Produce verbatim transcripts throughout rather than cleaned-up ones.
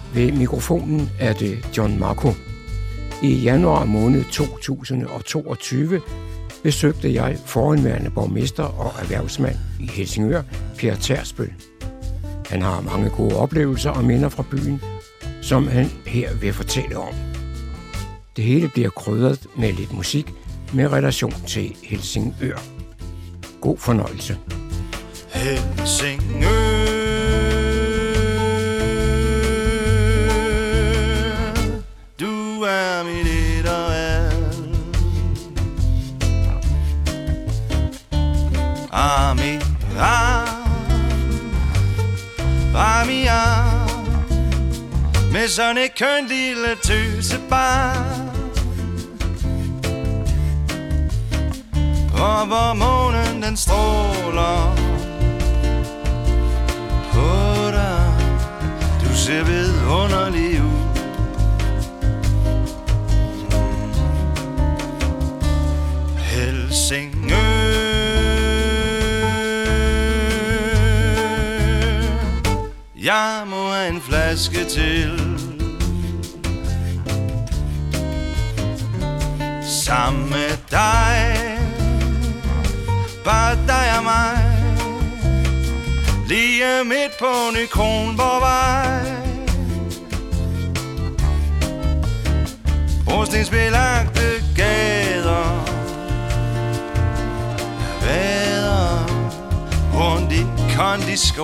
Ved mikrofonen er det John Marco. I januar måned to tusind toogtyve besøgte jeg forhenværende borgmester og erhvervsmand i Helsingør, Per Tersbøl. Han har mange gode oplevelser og minder fra byen, som han her vil fortælle om. Det hele bliver krydret med lidt musik med relation til Helsingør. God fornøjelse. Helsingør, du er mit et og alt. Ami, ami, ami, med sådan et kønt lille tøsebarn. Og hvor månen den stråler på dig, du ser vidunderlig ud. Helsingør, jeg må have en flaske til. Sammen med dig, bare dig og mig, lige midt på Ny Kronborgvej. Brostensbelagte gader, jeg vader rundt i kondisko.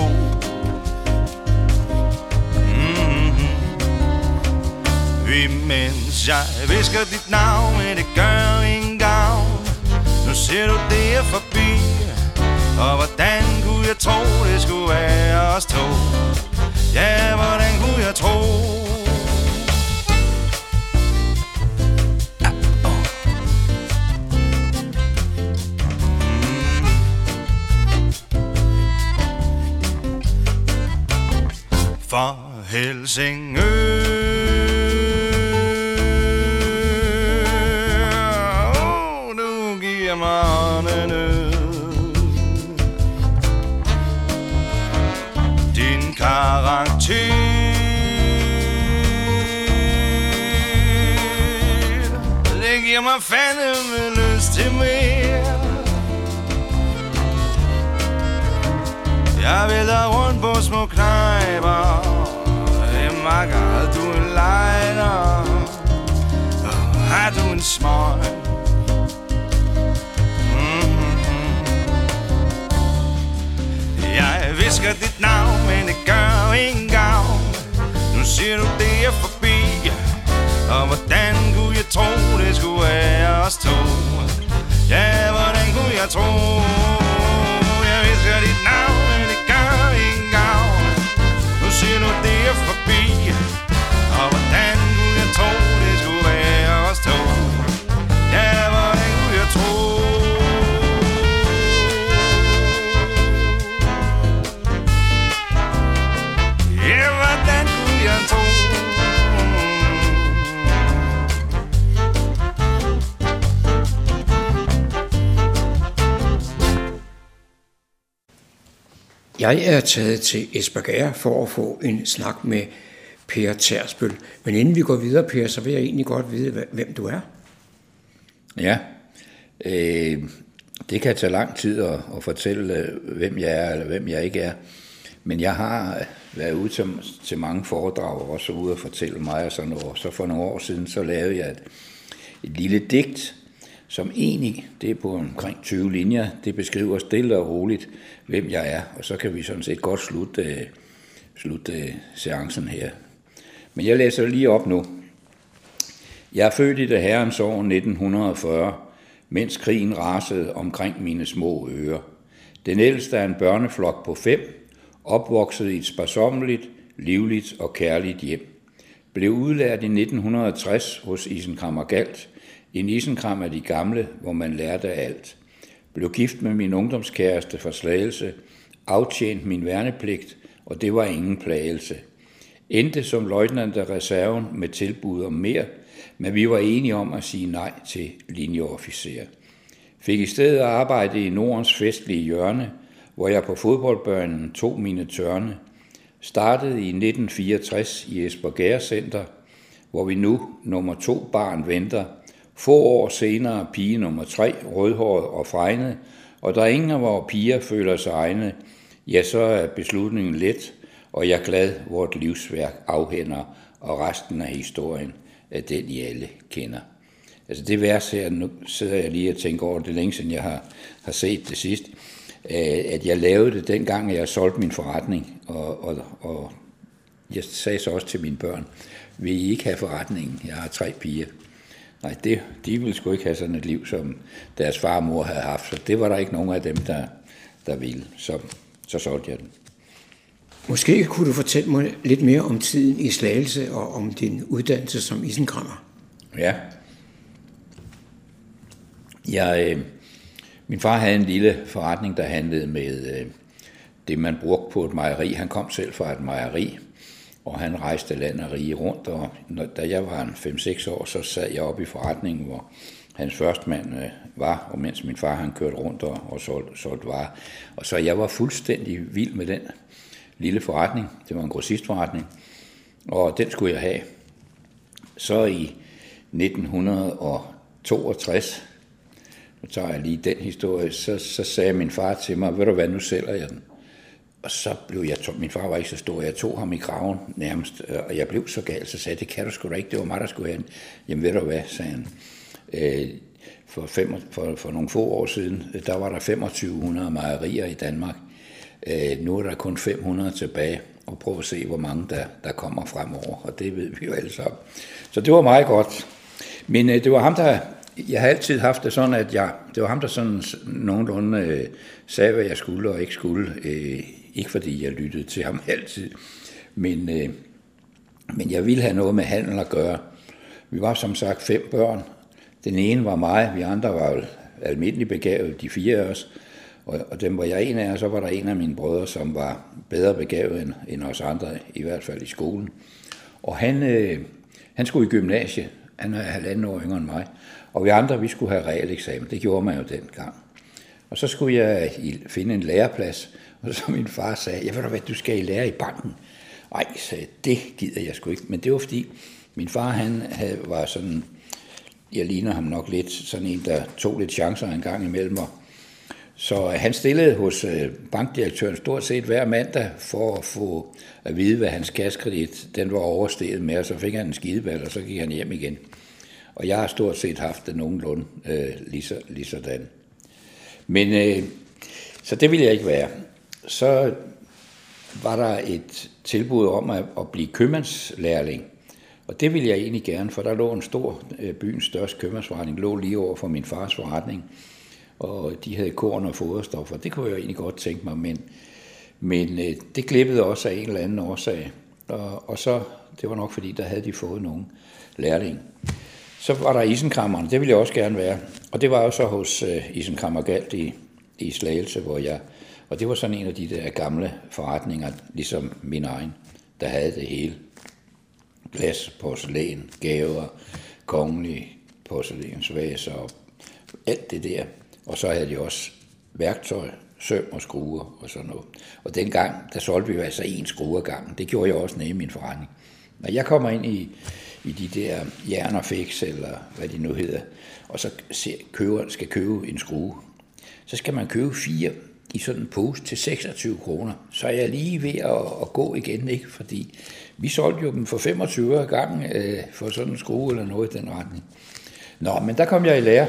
Mm-hmm. Imens jeg visker dit navn, men det gør ingen gavn. Nu ser du det forbi, og hvordan kunne jeg tro, det skulle være os to? Ja, hvordan kunne jeg tro? Ah, oh. mm. For Helsingør, din karakter, det giver mig fandeme lyst til mere. Jeg vil da rundt på små knejper, hey makker, du en lejner, har du en smøg? Jeg visker dit navn, men det gør ingen gavn. Nu siger du det er forbi, og hvordan kunne jeg tro, det skulle være os to? Ja, hvordan kunne jeg tro? Jeg visker dit navn, men det gør ingen gavn. Nu siger du det er forbi, og hvordan kunne jeg tro, det skulle være os to? Ja, hvordan kunne jeg tro? Jeg er taget til Espergærde for at få en snak med Per Tersbøl. Men inden vi går videre, Per, så vil jeg egentlig godt vide, hvem du er. Ja, øh, det kan tage lang tid at, at fortælle, hvem jeg er eller hvem jeg ikke er. Men jeg har været ude til, til mange foredrag og også ude at fortælle mig og sådan noget. Så for nogle år siden, så lavede jeg et, et lille digt, som egentlig, det er på omkring tyve linjer, det beskriver stille og roligt, hvem jeg er. Og så kan vi sådan set godt slutte, slutte seancen her. Men jeg læser lige op nu. Jeg er født i det herrens år nitten fyrre, mens krigen rasede omkring mine små ører. Den ældste er en børneflok på fem, opvokset i et sparsommeligt, livligt og kærligt hjem. Blev udlært i nitten tres hos Isenkram og Galt. En isenkram af de gamle, hvor man lærte alt. Blev gift med min ungdomskæreste for Slagelse, aftjent min værnepligt, og det var ingen plagelse. Endte som løjtnant af reserven med tilbud om mere, men vi var enige om at sige nej til linjeofficer. Fik i stedet arbejde i Nordens festlige hjørne, hvor jeg på fodboldbanen tog mine tørne. Startede i nitten fireogtres i Espergærde Center, hvor vi nu nummer to barn venter. Få år senere pige nummer tre, rødhåret og fregnet, og der ingen af vores piger føler sig egne, ja, så er beslutningen let, og jeg er glad, vort livsværk afhænder, og resten af historien er den, I alle kender. Altså det vers her, nu sidder jeg lige og tænker over det længe siden jeg har, har set det sidst, at jeg lavede det dengang, jeg solgte min forretning, og, og, og jeg sagde så også til mine børn, vil I ikke have forretningen? Jeg har tre piger. Nej, det, de ville sgu ikke have sådan et liv, som deres far og mor havde haft, så det var der ikke nogen af dem, der, der ville. Så, så solgte jeg den. Måske kunne du fortælle mig lidt mere om tiden i Slagelse og om din uddannelse som isenkræmmer. Ja. Jeg, øh, min far havde en lille forretning, der handlede med øh, det, man brugte på et mejeri. Han kom selv fra et mejeri, og han rejste land og rige rundt. Og når, da jeg var fem seks år, så sad jeg oppe i forretningen, hvor hans første mand øh, var, og mens min far han kørte rundt og, og solgte, solgte varer. Og så jeg var fuldstændig vild med den lille forretning. Det var en grossistforretning, og den skulle jeg have. Så i nitten toogtres, nu tager jeg lige den historie, så, så sagde min far til mig, ved du hvad, nu sælger jeg den. Og så blev jeg, min far var ikke så stor, jeg tog ham i kraven nærmest, og jeg blev så gal, så sagde jeg, det kan du sgu da ikke, det var mig, der skulle have den. Jamen ved du hvad, sagde han, øh, for, fem, for, for nogle få år siden, der var der femogtyve hundrede mejerier i Danmark. Øh, nu er der kun fem hundrede tilbage, og prøv at se, hvor mange der, der kommer fremover, og det ved vi jo alle sammen. Så det var meget godt. Men øh, det var ham, der, jeg har altid haft det sådan, at jeg, det var ham, der sådan nogenlunde øh, sagde, hvad jeg skulle og ikke skulle. Øh, ikke fordi jeg lyttede til ham altid, men, øh, men jeg ville have noget med handel at gøre. Vi var som sagt fem børn. Den ene var mig, vi andre var jo almindeligt begavet, de fire af os. Og, og dem var jeg en af, og så var der en af mine brødre, som var bedre begavet end, end os andre, i hvert fald i skolen. Og han, øh, han skulle i gymnasiet. Han er halvanden år yngre end mig. Og vi andre, vi skulle have realeksamen. Det gjorde man jo dengang. Og så skulle jeg finde en læreplads. Og så min far sagde, jeg ved du hvad, du skal i lære i banken. Ej, sagde, det gider jeg sgu ikke. Men det var fordi, min far han havde, var sådan, jeg ligner ham nok lidt, sådan en, der tog lidt chancer en gang imellem mig. Så han stillede hos bankdirektøren stort set hver mandag for at få at vide, hvad hans kassekredit den var oversteget med, og så fik han en skideball, og så gik han hjem igen. Og jeg har stort set haft det nogenlunde øh, lige, så, lige sådan. Men øh, så det ville jeg ikke være. Så var der et tilbud om at, at blive købmandslærling, og det ville jeg egentlig gerne, for der lå en stor, øh, byens største købmandsforretning, lå lige over for min fars forretning, og de havde korn og foderstoffer. Det kunne jeg egentlig godt tænke mig, men, men øh, det glippede også af en eller anden årsag. Og, og så, det var nok fordi, der havde de fået nogen lærling. Så var der isenkrammeren, det ville jeg også gerne være. Og det var jo så hos øh, Isenkræmmer Galt i, i Slagelse, hvor jeg, og det var sådan en af de der gamle forretninger, ligesom min egen, der havde det hele. Glas, porcelæn, gaver, kongelige porcelænsvaser og alt det der. Og så havde de også værktøj, søm og skruer og sådan noget. Og dengang, der solgte vi jo altså en skrue ad gangen. Det gjorde jeg også nede i min forretning. Når jeg kommer ind i, i de der jern og fix, eller hvad de nu hedder, og så køber, skal købe en skrue, så skal man købe fire i sådan en pose til seksogtyve kroner. Så er jeg lige ved at, at gå igen, ikke? Fordi vi solgte jo dem for femogtyve ad gangen øh, for sådan en skrue eller noget i den retning. Nå, men der kom jeg i lære.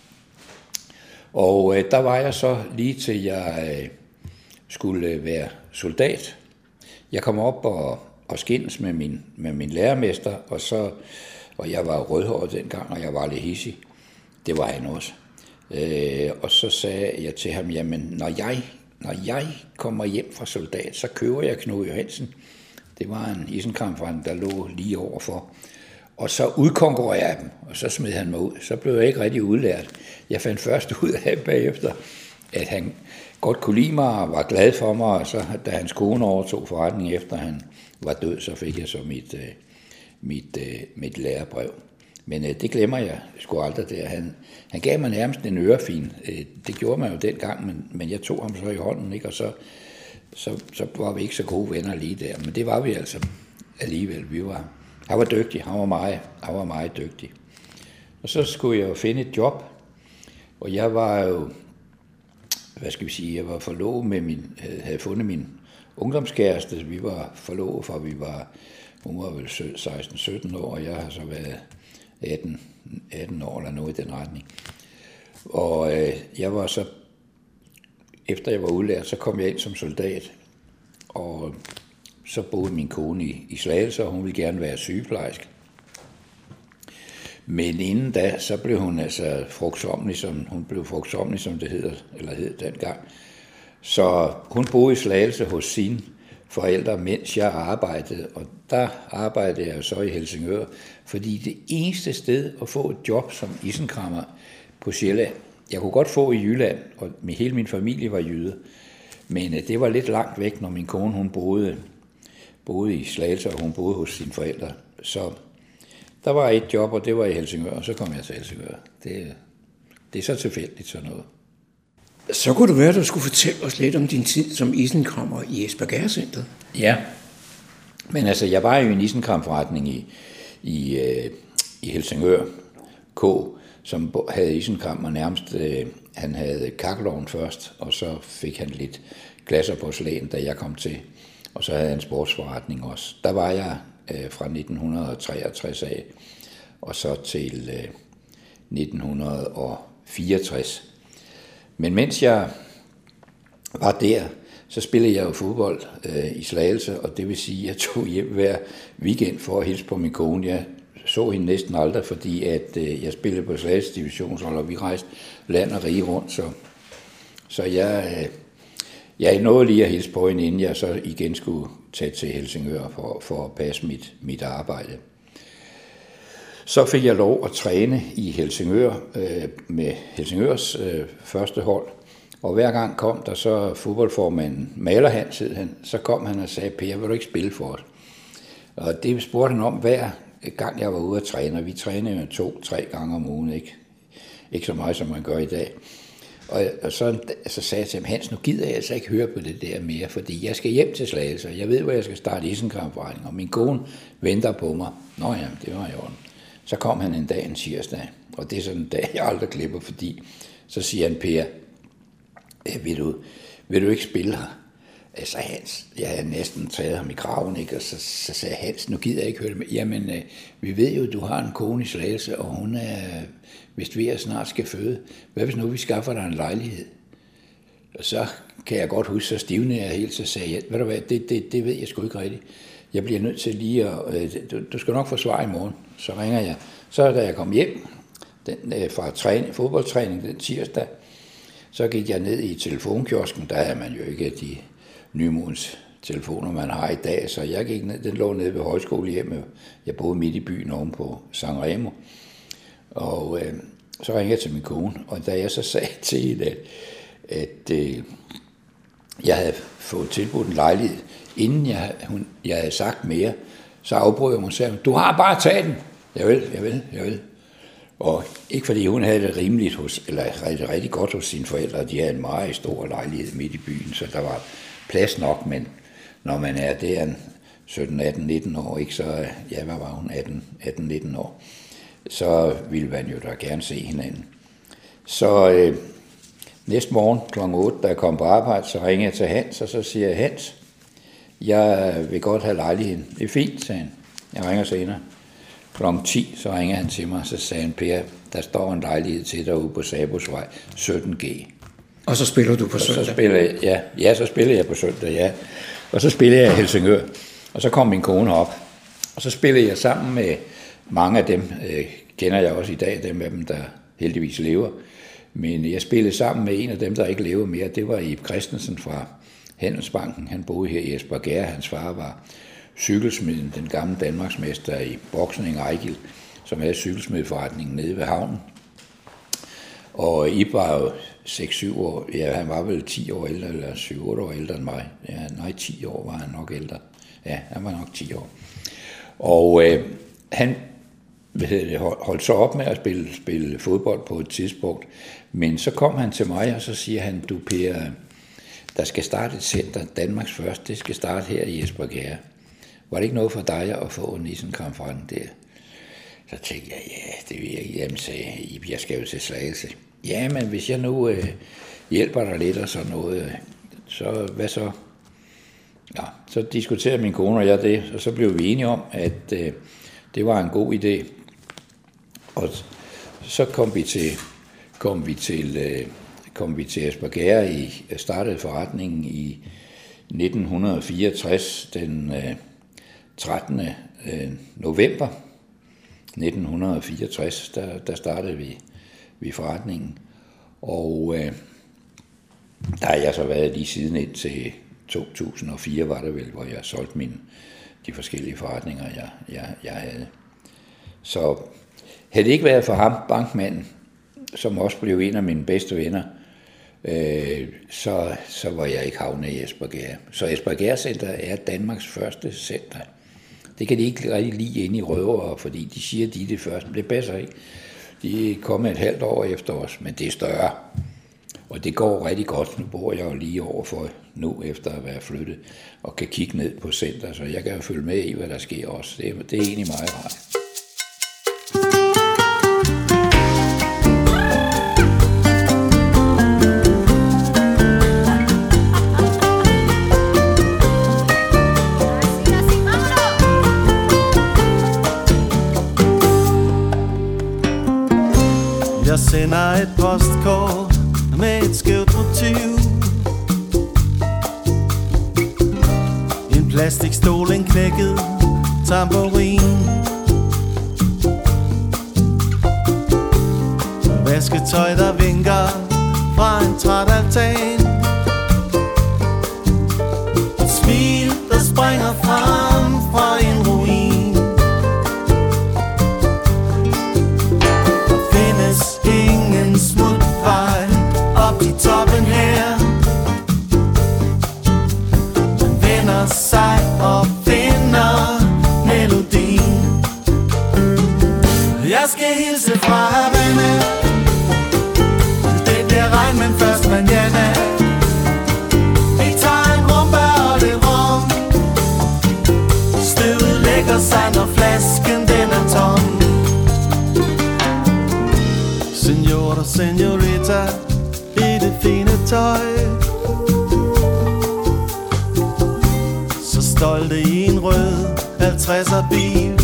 Og øh, der var jeg så lige til jeg øh, skulle være soldat. Jeg kom op og, og skændes med min, med min lærermester, og, så, og jeg var rødhåret dengang, og jeg var lidt hissig. Det var han også. Øh, og så sagde jeg til ham, jamen når jeg, når jeg kommer hjem fra soldat, så køber jeg Knud Johansen. Det var en isenkræmmerforretning, der lå lige overfor. Og så udkonkurrerede jeg dem, og så smed han mig ud. Så blev jeg ikke rigtig udlært. Jeg fandt først ud af bagefter, at han godt kunne lide mig og var glad for mig, og så da hans kone overtog forretningen efter han var død, så fik jeg så mit, mit, mit lærebrev. Men det glemmer jeg sgu aldrig der. Han, han gav mig nærmest en ørefin. Det gjorde man jo dengang, men, men jeg tog ham så i hånden, ikke? Og så så, så var vi ikke så gode venner lige der. Men det var vi altså alligevel. Vi var, han var dygtig, han var meget, han var meget dygtig. Og så skulle jeg jo finde et job, og jeg var jo, hvad skal vi sige, jeg var forlovet med min, havde fundet min ungdomskæreste. Vi var forlovet, for vi var, hun var vel seksten sytten år, og jeg har så været atten, atten år eller noget i den retning. Og øh, jeg var så, efter jeg var udlært, så kom jeg ind som soldat, og så boede min kone i, i Slagelse, og hun ville gerne være sygeplejerske. Men inden da, så blev hun altså frugtsomlig, som, hun blev frugtsomlig, som det hedder, eller hed dengang. Så hun boede i Slagelse hos sine forældre, mens jeg arbejdede, og der arbejdede jeg så i Helsingør, fordi det eneste sted at få et job som isenkrammer på Sjælland, jeg kunne godt få i Jylland, og hele min familie var jyde, men det var lidt langt væk, når min kone hun boede, boede i Slagelse, og hun boede hos sine forældre. Så der var et job, og det var i Helsingør, og så kom jeg til Helsingør. Det, det er så tilfældigt sådan noget. Så kunne det være, at du skulle fortælle os lidt om din tid som isenkrammer i Espergærcentret. Ja, men altså, jeg var jo i en isenkramforretning i, i, øh, i Helsingør, K, som havde isenkrammer nærmest. Øh, han havde kakkelovn først, og så fik han lidt glasser på slæen, da jeg kom til. Og så havde han en sportsforretning også. Der var jeg øh, fra nitten treogtres af, og så til øh, nitten fireogtres. Men mens jeg var der, så spillede jeg jo fodbold øh, i Slagelse, og det vil sige, at jeg tog hjem hver weekend for at hilse på min kone. Jeg så hende næsten aldrig, fordi at, øh, jeg spillede på Slagelse divisionshold, og vi rejste land og rige rundt, så, så jeg, øh, jeg nåede lige at hilse på hende, inden jeg så igen skulle tage til Helsingør for, for at passe mit, mit arbejde. Så fik jeg lov at træne i Helsingør øh, med Helsingørs øh, første hold. Og hver gang kom der så fodboldformanden, Maler Hans hed han, så kom han og sagde, Per, vil du ikke spille for os? Og det spurgte han om hver gang jeg var ude at træne, og vi trænede jo to-tre gange om ugen, ikke? Ikke så meget som man gør i dag. Og, og så, så sagde jeg til ham, Hans, nu gider jeg altså ikke høre på det der mere, fordi jeg skal hjem til Slagelse, og jeg ved, hvor jeg skal starte isenkramforretning, og min kone venter på mig. Nå ja, det var i orden. Så kom han en dag en tirsdag, og det er sådan en dag, jeg aldrig glipper, fordi så siger han, Per, vil du, vil du ikke spille her? Altså Hans, jeg havde næsten taget ham i graven, ikke? Og så, så sagde Hans, nu gider jeg ikke høre det med. Jamen, øh, vi ved jo, du har en kone i Slagelse, og hun er, hvis vi er snart skal føde. Hvad hvis nu vi skaffer dig en lejlighed? Og så kan jeg godt huske, så stivnede jeg helt, så sagde jeg, ved du hvad, det, det, det ved jeg sgu ikke rigtigt. Jeg bliver nødt til lige at, øh, du, du skal nok få svar i morgen. Så ringer jeg. Så da jeg kom hjem den, øh, fra træning, fodboldtræning den tirsdag, så gik jeg ned i telefonkiosken. Der er man jo ikke de nymodens telefoner, man har i dag. Så jeg gik ned, den lå nede ved højskolehjemmet. Jeg boede midt i byen oven på San Remo. Og øh, så ringede jeg til min kone, og da jeg så sagde til hende, at, at øh, jeg havde fået tilbudt en lejlighed, inden jeg, hun, jeg havde sagt mere, så afbrød jeg mig og sagde, du har bare taget den. Jeg vil, jeg vil, jeg vil. Og ikke fordi hun havde det rimeligt hos, eller rigtig, rigtig godt hos sine forældre, de havde en meget stor lejlighed midt i byen, så der var plads nok, men når man er der sytten, atten, nitten år, ikke, så ja, hvad var hun, atten, nitten år, så ville man jo da gerne se hinanden. Så øh, næste morgen klokken otte, da jeg kom på arbejde, så ringer jeg til Hans, og så siger jeg, Hans, jeg vil godt have lejligheden. Det er fint, sagde han. Jeg ringer senere. Klokken ti, så ringer han til mig, og så sagde han, Per, der står en lejlighed til derude på Sabosvej, sytten G. Og så spiller du på søndag? Og så spiller jeg, ja, ja, så spiller jeg på søndag, ja. Og så spiller jeg i Helsingør. Og så kom min kone op. Og så spillede jeg sammen med mange af dem, øh, kender jeg også i dag, dem af dem, der heldigvis lever. Men jeg spillede sammen med en af dem, der ikke lever mere. Det var Ib Christensen fra Handelsbanken. Han boede her i Espergærde. Hans far var cykelsmeden, den gamle danmarksmester i boksning Ejgil, som havde cykelsmedforretningen nede ved havnen. Og Ib var jo seks syv år, ja, han var vel ti år ældre, eller syv otte år ældre end mig. Ja, nej, ti år var han nok ældre. Ja, han var nok ti år. Og øh, han det, holdt så op med at spille, spille fodbold på et tidspunkt, men så kom han til mig, og så siger han, du Per, der skal starte et center, Danmarks første, det skal starte her i Espergærde. Var det ikke noget for dig at få en isenkram der? Så tænkte jeg, ja, det vil jeg ikke. Jamen, sagde jeg, jeg skal jo til Slagelse. Ja, men hvis jeg nu øh, hjælper dig lidt og sådan noget, øh, så hvad så? Ja, så diskuterede min kone og jeg det, og så blev vi enige om, at øh, det var en god idé. Og så kom vi til, kom vi til, øh, kom vi til Espergærde, i startede forretningen i nitten fireogtres, den øh, trettende november nitten fireogtres, der, der startede vi, vi forretningen. Og øh, der har jeg så været lige siden indtil to tusind og fire, var det vel, hvor jeg solgte mine, de forskellige forretninger, jeg, jeg, jeg havde. Så havde det ikke været for ham, bankmanden, som også blev en af mine bedste venner, øh, så, så var jeg ikke havnet i Espergærde. Så Espergærde Center er Danmarks første center. Det kan de ikke rigtig lide inde i Rødovre, fordi de siger, de er det første. Det passer ikke. De er kommet et halvt år efter os, men det er større. Og det går rigtig godt. Nu bor jeg jo lige overfor nu, efter at være flyttet, og kan kigge ned på center, så jeg kan jo følge med i, hvad der sker også. Det er, det er egentlig meget rart. Jeg sender et postkort med et skævt motiv. En plastikstol, en knækket tamburin. Vasketøj, der vinker fra en træt altan. Et smil, der springer frem fra en ruin. Ingen smutvej op i toppen her. Man vender sig og finder melodien. Jeg skal hilse fra Havana. Det bliver regn, men først manjana. Vi tager en rumba og lidt rom. Støvet lægger sig, når flasken den er tom. Senor og senorita i det fine tøj, så stolte i en rød halvtredser bil.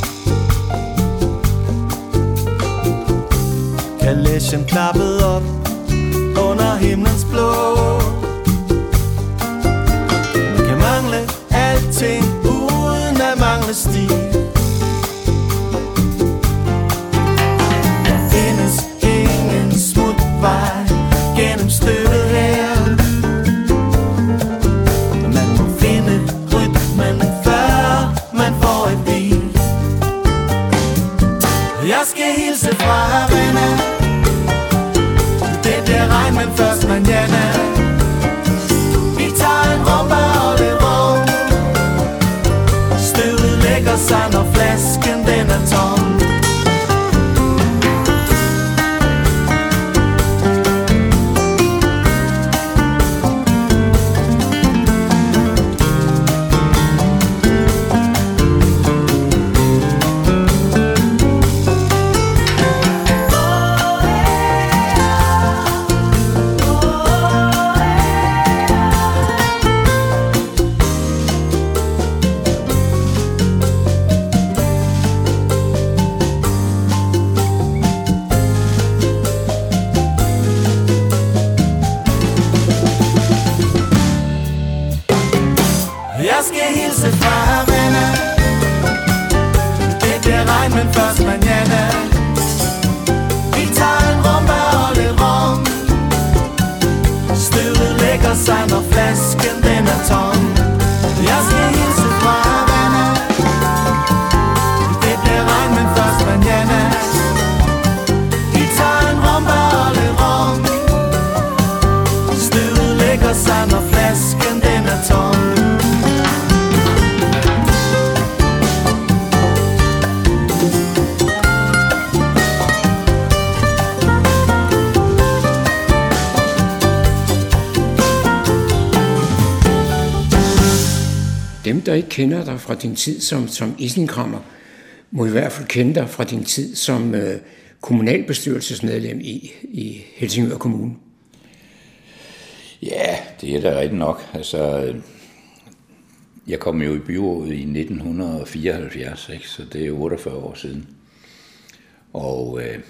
Kalechen klappet op under himlens blå. Man kan mangle alting uden at mangle stil. Vej gennem støvet her. Man må finde rytmen før man får et bil. Jeg skal hilse fra Havana. Det bliver regn, men først manjana. Vi tager en rumba og lidt rum. Støvet lægger sig, når flasken den er tom. der ikke kender dig fra din tid som, som isenkrammer, må i hvert fald kende dig fra din tid som øh, kommunalbestyrelsesmedlem i, i Helsingør Kommune. Ja, det er da rigtigt nok. Altså, jeg kom jo i byrådet i nitten fireoghalvfjerds, ikke? Så det er otteogfyrre år siden. Og øh,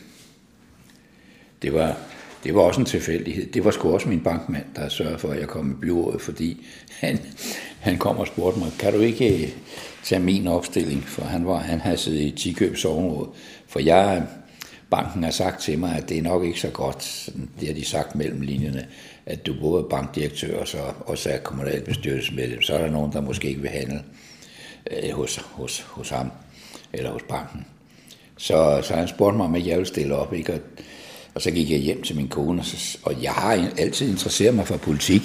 det var... Det var også en tilfældighed. Det var sgu også min bankmand, der sørgede for, at jeg kom i byrådet, fordi han, han kom og spurgte mig, kan du ikke tage min opstilling? For han, var, han havde siddet i Tikøb sogneråd. For jeg, banken har sagt til mig, at det er nok ikke så godt, det har de sagt mellem linjerne, at du både er bankdirektør og så også er kommunalbestyrelsesmedlem. Så er der nogen, der måske ikke vil handle øh, hos, hos, hos ham eller hos banken. Så, så han spurgte mig, om jeg ville stille op, ikke? Og, Og så gik jeg hjem til min kone, og, så, og jeg har altid interesseret mig for politik.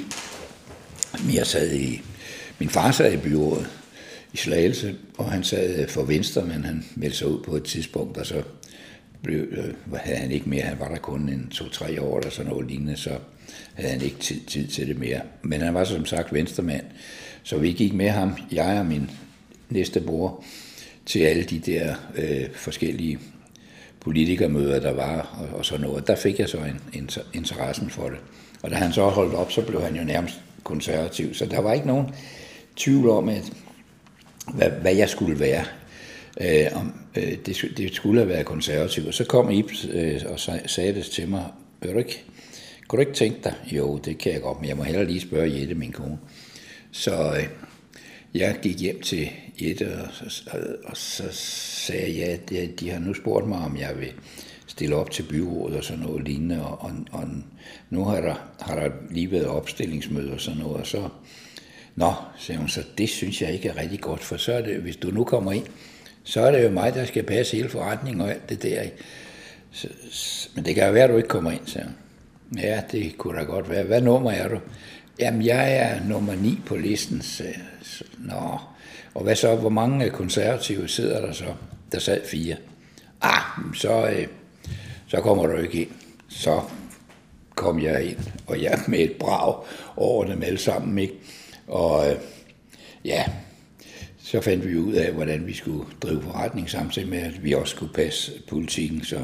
Men jeg sad i, min far sad i byrådet i Slagelse, og han sad for Venstre, men han meldte sig ud på et tidspunkt, og så blev, øh, havde han ikke mere. Han var der kun en to-tre år eller sådan noget lignende, så havde han ikke tid, tid til det mere. Men han var som sagt venstremand, så vi gik med ham, jeg og min næste bror, til alle de der øh, forskellige politikermøder, der var, og, og sådan noget. Der fik jeg så en, en, interessen for det. Og da han så holdt op, så blev han jo nærmest konservativ. Så der var ikke nogen tvivl om, at, hvad, hvad jeg skulle være. Øh, om, øh, det, det skulle have været konservativ. Og så kom Ib øh, og sagde det til mig, kan du ikke, kan du ikke tænke dig? Jo, det kan jeg godt, men jeg må hellere lige spørge Jette, min kone. Så øh, jeg gik hjem til Jette, og, og, og så sagde jeg, at de, de har nu spurgt mig, om jeg vil stille op til byrådet og sådan noget lignende, og, og, og nu har der, har der lige været opstillingsmøder og sådan noget, og så, nå, sagde hun, så det synes jeg ikke er rigtig godt, for så er det, hvis du nu kommer ind, så er det jo mig, der skal passe hele forretningen og alt det der. Så, men det kan jo være, at du ikke kommer ind, sagde hun. Ja, det kunne da godt være. Hvad nummer er du? Jamen, jeg er nummer ni på listen. Så, så, nå, og hvad så? Hvor mange konservative sidder der så? Der sad fire. Ah, så, øh, så kommer du ikke ind. Så kom jeg ind, og jeg med et brag over dem alle sammen, ikke? Og øh, ja, så fandt vi ud af, hvordan vi skulle drive forretning, samtidig med, at vi også skulle passe politikken. Så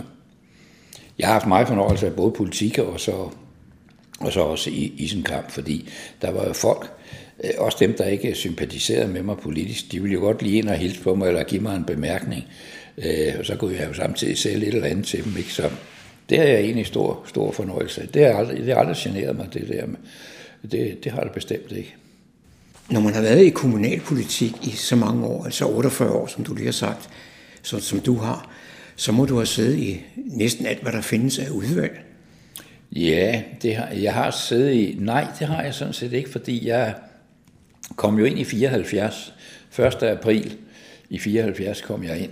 jeg har haft meget fornøjelse af både politik og så, og så også i isenkamp, fordi der var jo folk, også dem, der ikke sympatiserede med mig politisk, de ville jo godt lige ind og hilse på mig, eller give mig en bemærkning, og så kunne jeg jo samtidig sælge et eller andet til dem, ikke? Så det har jeg egentlig stor, stor fornøjelse af. Det har aldrig, det har aldrig generet mig, det der. Det, det har det bestemt ikke. Når man har været i kommunalpolitik i så mange år, altså otteogfyrre år, som du lige har sagt, så, som du har, så må du have siddet i næsten alt, hvad der findes af udvalg. Ja, det har, jeg har siddet i... Nej, det har jeg sådan set ikke, fordi jeg kom jo ind i fireoghalvfjerds. første april i fireoghalvfjerds kom jeg ind,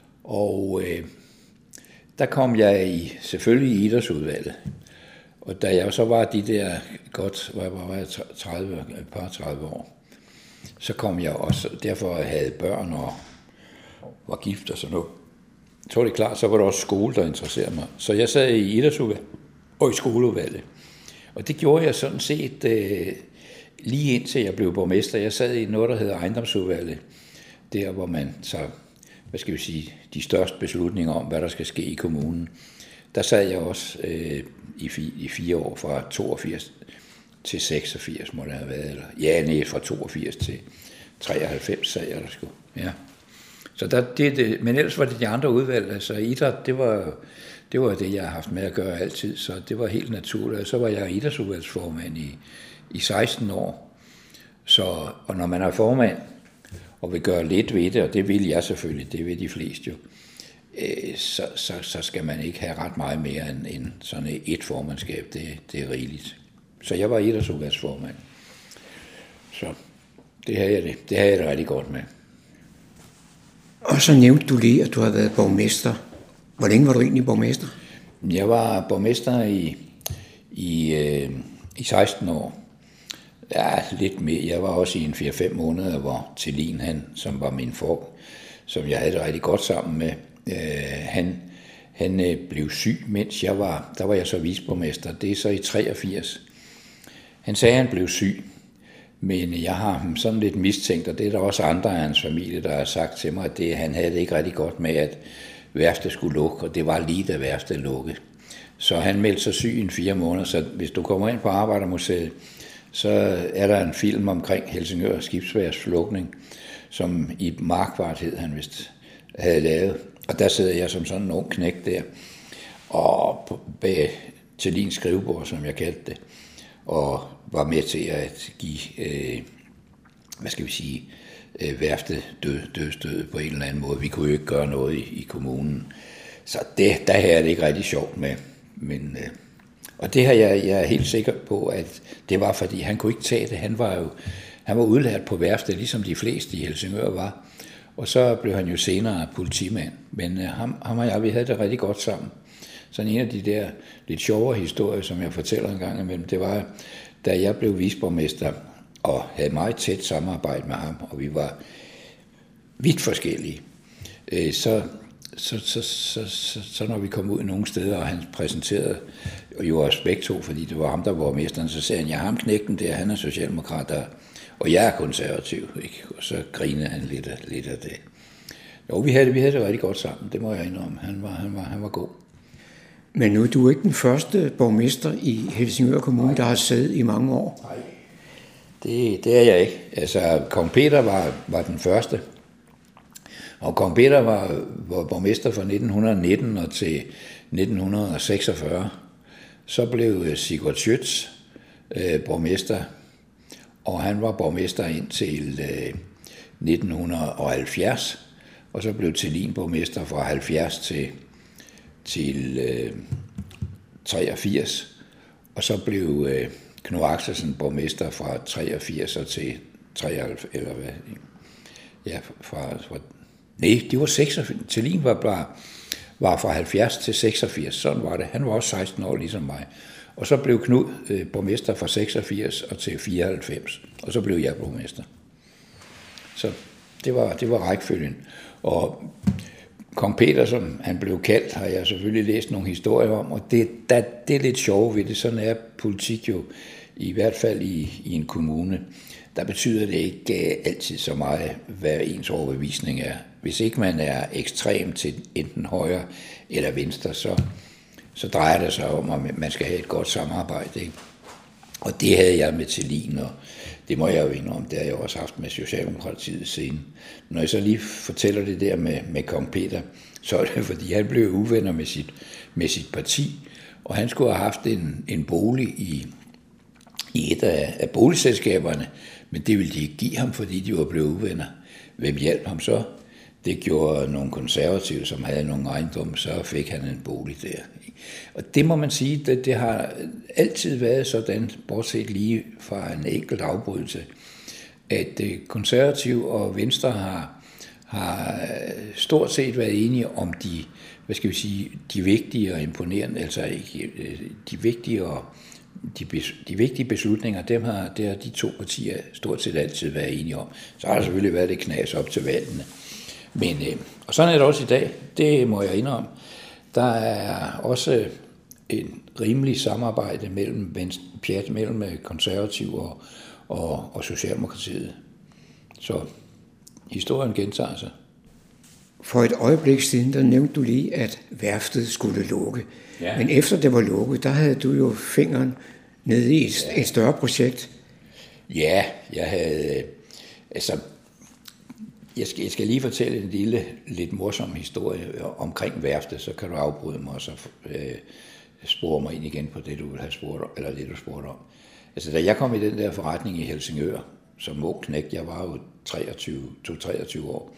og øh, der kom jeg i, selvfølgelig i idrætsudvalget. Og da jeg så var de der godt, hvor jeg var tredive, et par tredive år, så kom jeg også, derfor jeg havde børn og var gift og sådan noget. Så var det klart, så var der også skole, der interesserede mig. Så jeg sad i idrætsudvalget og i skoleudvalget. Og det gjorde jeg sådan set øh, lige indtil jeg blev borgmester. Jeg sad i noget, der hedder ejendomsudvalget, der hvor man så, hvad skal vi sige, de største beslutninger om, hvad der skal ske i kommunen. Der sad jeg også øh, i, fi, i fire år, fra toogfirs til seksogfirs, må det have været. Eller, ja, nej, fra toogfirs til treoghalvfems sad jeg der sgu. Ja. Så der, det, det, men ellers var det de andre udvalg. Altså idræt, det var, det var det, jeg har haft med at gøre altid, så det var helt naturligt. Og så var jeg idrætsudvalgsformand i, i seksten år. Så, og når man er formand og vil gøre lidt ved det, og det vil jeg selvfølgelig, det vil de fleste jo, Så, så, så skal man ikke have ret meget mere end, end sådan et formandskab. Det, det er rigeligt. Så jeg var idrætsudvalgsformand. Så det havde jeg det. Det havde jeg det rigtig godt med. Og så nævnte du lige, at du har været borgmester. Hvor længe var du egentlig borgmester? Jeg var borgmester i, i, øh, i seksten år. Ja, lidt mere. Jeg var også i en fire fem måneder, hvor Thelin, han, som var min for, som jeg havde det rigtig godt sammen med, Uh, han, han uh, blev syg, mens jeg var, der var jeg så viceborgmester, det er så i treogfirs. Han sagde, at han blev syg. Men jeg har ham sådan lidt mistænkt, og det er der også andre af hans familie, der har sagt til mig, at det, han havde det ikke rigtig godt med, at værftet skulle lukke, og det var lige da værftet lukkede. Så han meldte sig syg i en fire måneder, så hvis du kommer ind på Arbejdermuseet, så er der en film omkring Helsingør Skibsværfts slukning, som i Markvart hed han vist havde lavet. Og der sidder jeg som sådan en ung knægt der, og bag Thelins skrivebord, som jeg kaldte det, og var med til at give, øh, hvad skal vi sige, øh, værftet død, dødstød på en eller anden måde. Vi kunne jo ikke gøre noget i, i kommunen. Så det, der her er det ikke rigtig sjovt med. Men, øh, og det her, jeg, jeg er helt sikker på, at det var, fordi han kunne ikke tage det. Han var jo han var udlært på værftet, ligesom de fleste i Helsingør var. Og så blev han jo senere politimand. Men øh, ham, ham og jeg, vi havde det rigtig godt sammen. Sådan en af de der lidt sjovere historier, som jeg fortæller en gang imellem, det var, da jeg blev viceborgmester og havde meget tæt samarbejde med ham, og vi var vidt forskellige, øh, så, så, så, så, så, så når vi kom ud i nogle steder, og han præsenterede jo os begge to, fordi det var ham, der var borgmesteren, så sagde han, jeg har ham knægten der, han er socialdemokrat, der, og jeg er konservativ, ikke? Og så grinede han lidt af, lidt af det. Jo, vi havde, det, vi havde det rigtig godt sammen, det må jeg indrømme. Han var, han var, han var god. Men nu er du ikke den første borgmester i Helsingør Kommune, der har siddet i mange år. Nej, det, det er jeg ikke. Altså, Kong Peter var, var den første. Og Kong Peter var, var borgmester fra nitten nitten og til nitten seksogfyrre. Så blev Sigurd Schütz øh, borgmester, og han var borgmester indtil øh, nitten halvfjerds, og så blev Thelin borgmester fra halvfjerds til til øh, treogfirs, og så blev øh, Knud Axelsen borgmester fra treogfirs til treoghalvfems, eller hvad? Ja, fra, fra nej, det var seksogfirs. Thelin var, bare, var fra halvfjerds til seksogfirs, sådan var det. Han var også seksten år ligesom mig. Og så blev Knud øh, borgmester fra seksogfirs og til fireoghalvfems, og så blev jeg borgmester. Så det var, det var rækkefølgen. Og Kong Peter, som han blev kaldt, har jeg selvfølgelig læst nogle historier om, og det, der, det er lidt sjovt ved det. Sådan er politik jo, i hvert fald i, i en kommune. Der betyder det ikke altid så meget, hvad ens overbevisning er. Hvis ikke man er ekstrem til enten højre eller venstre, så, så drejer det sig om, at man skal have et godt samarbejde. Ikke? Og det havde jeg med Thelin, og det må jeg jo indrømme, det har jeg også haft med Socialdemokratiet siden. Når jeg så lige fortæller det der med, med Kong Peter, så er det, fordi han blev uvenner med sit, med sit parti, og han skulle have haft en, en bolig i, i et af, af boligselskaberne, men det ville de ikke give ham, fordi de var blevet uvenner. Hvem hjalp ham så? Det gjorde nogle konservative, som havde nogle ejendomme, så fik han en bolig der. Og det må man sige, det, det har altid været sådan, bortset lige fra en enkelt afbrydelse, at konservative og Venstre har, har stort set været enige om de, hvad skal vi sige, de vigtige og imponerende, altså de vigtige og de, de vigtige beslutninger, dem har, det har de to partier stort set altid været enige om. Så har der selvfølgelig været det knas op til valgene. Men, øh, og sådan er det også i dag, det må jeg indrømme. Der er også en rimelig samarbejde mellem, pjat, mellem konservative og, og, og Socialdemokratiet. Så historien gentager sig. For et øjeblik siden, der nævnte du lige, at værftet skulle lukke. Ja. Men efter det var lukket, der havde du jo fingeren nede i et, ja. et større projekt. Ja, jeg havde... Altså, jeg skal, jeg skal lige fortælle en lille, lidt morsom historie omkring værftet, så kan du afbryde mig og så øh, spore mig ind igen på det, du vil have spurgt om, eller det, du spurgte om. Altså, da jeg kom i den der forretning i Helsingør, som ung knægt, jeg var jo treogtyve, treogtyve år,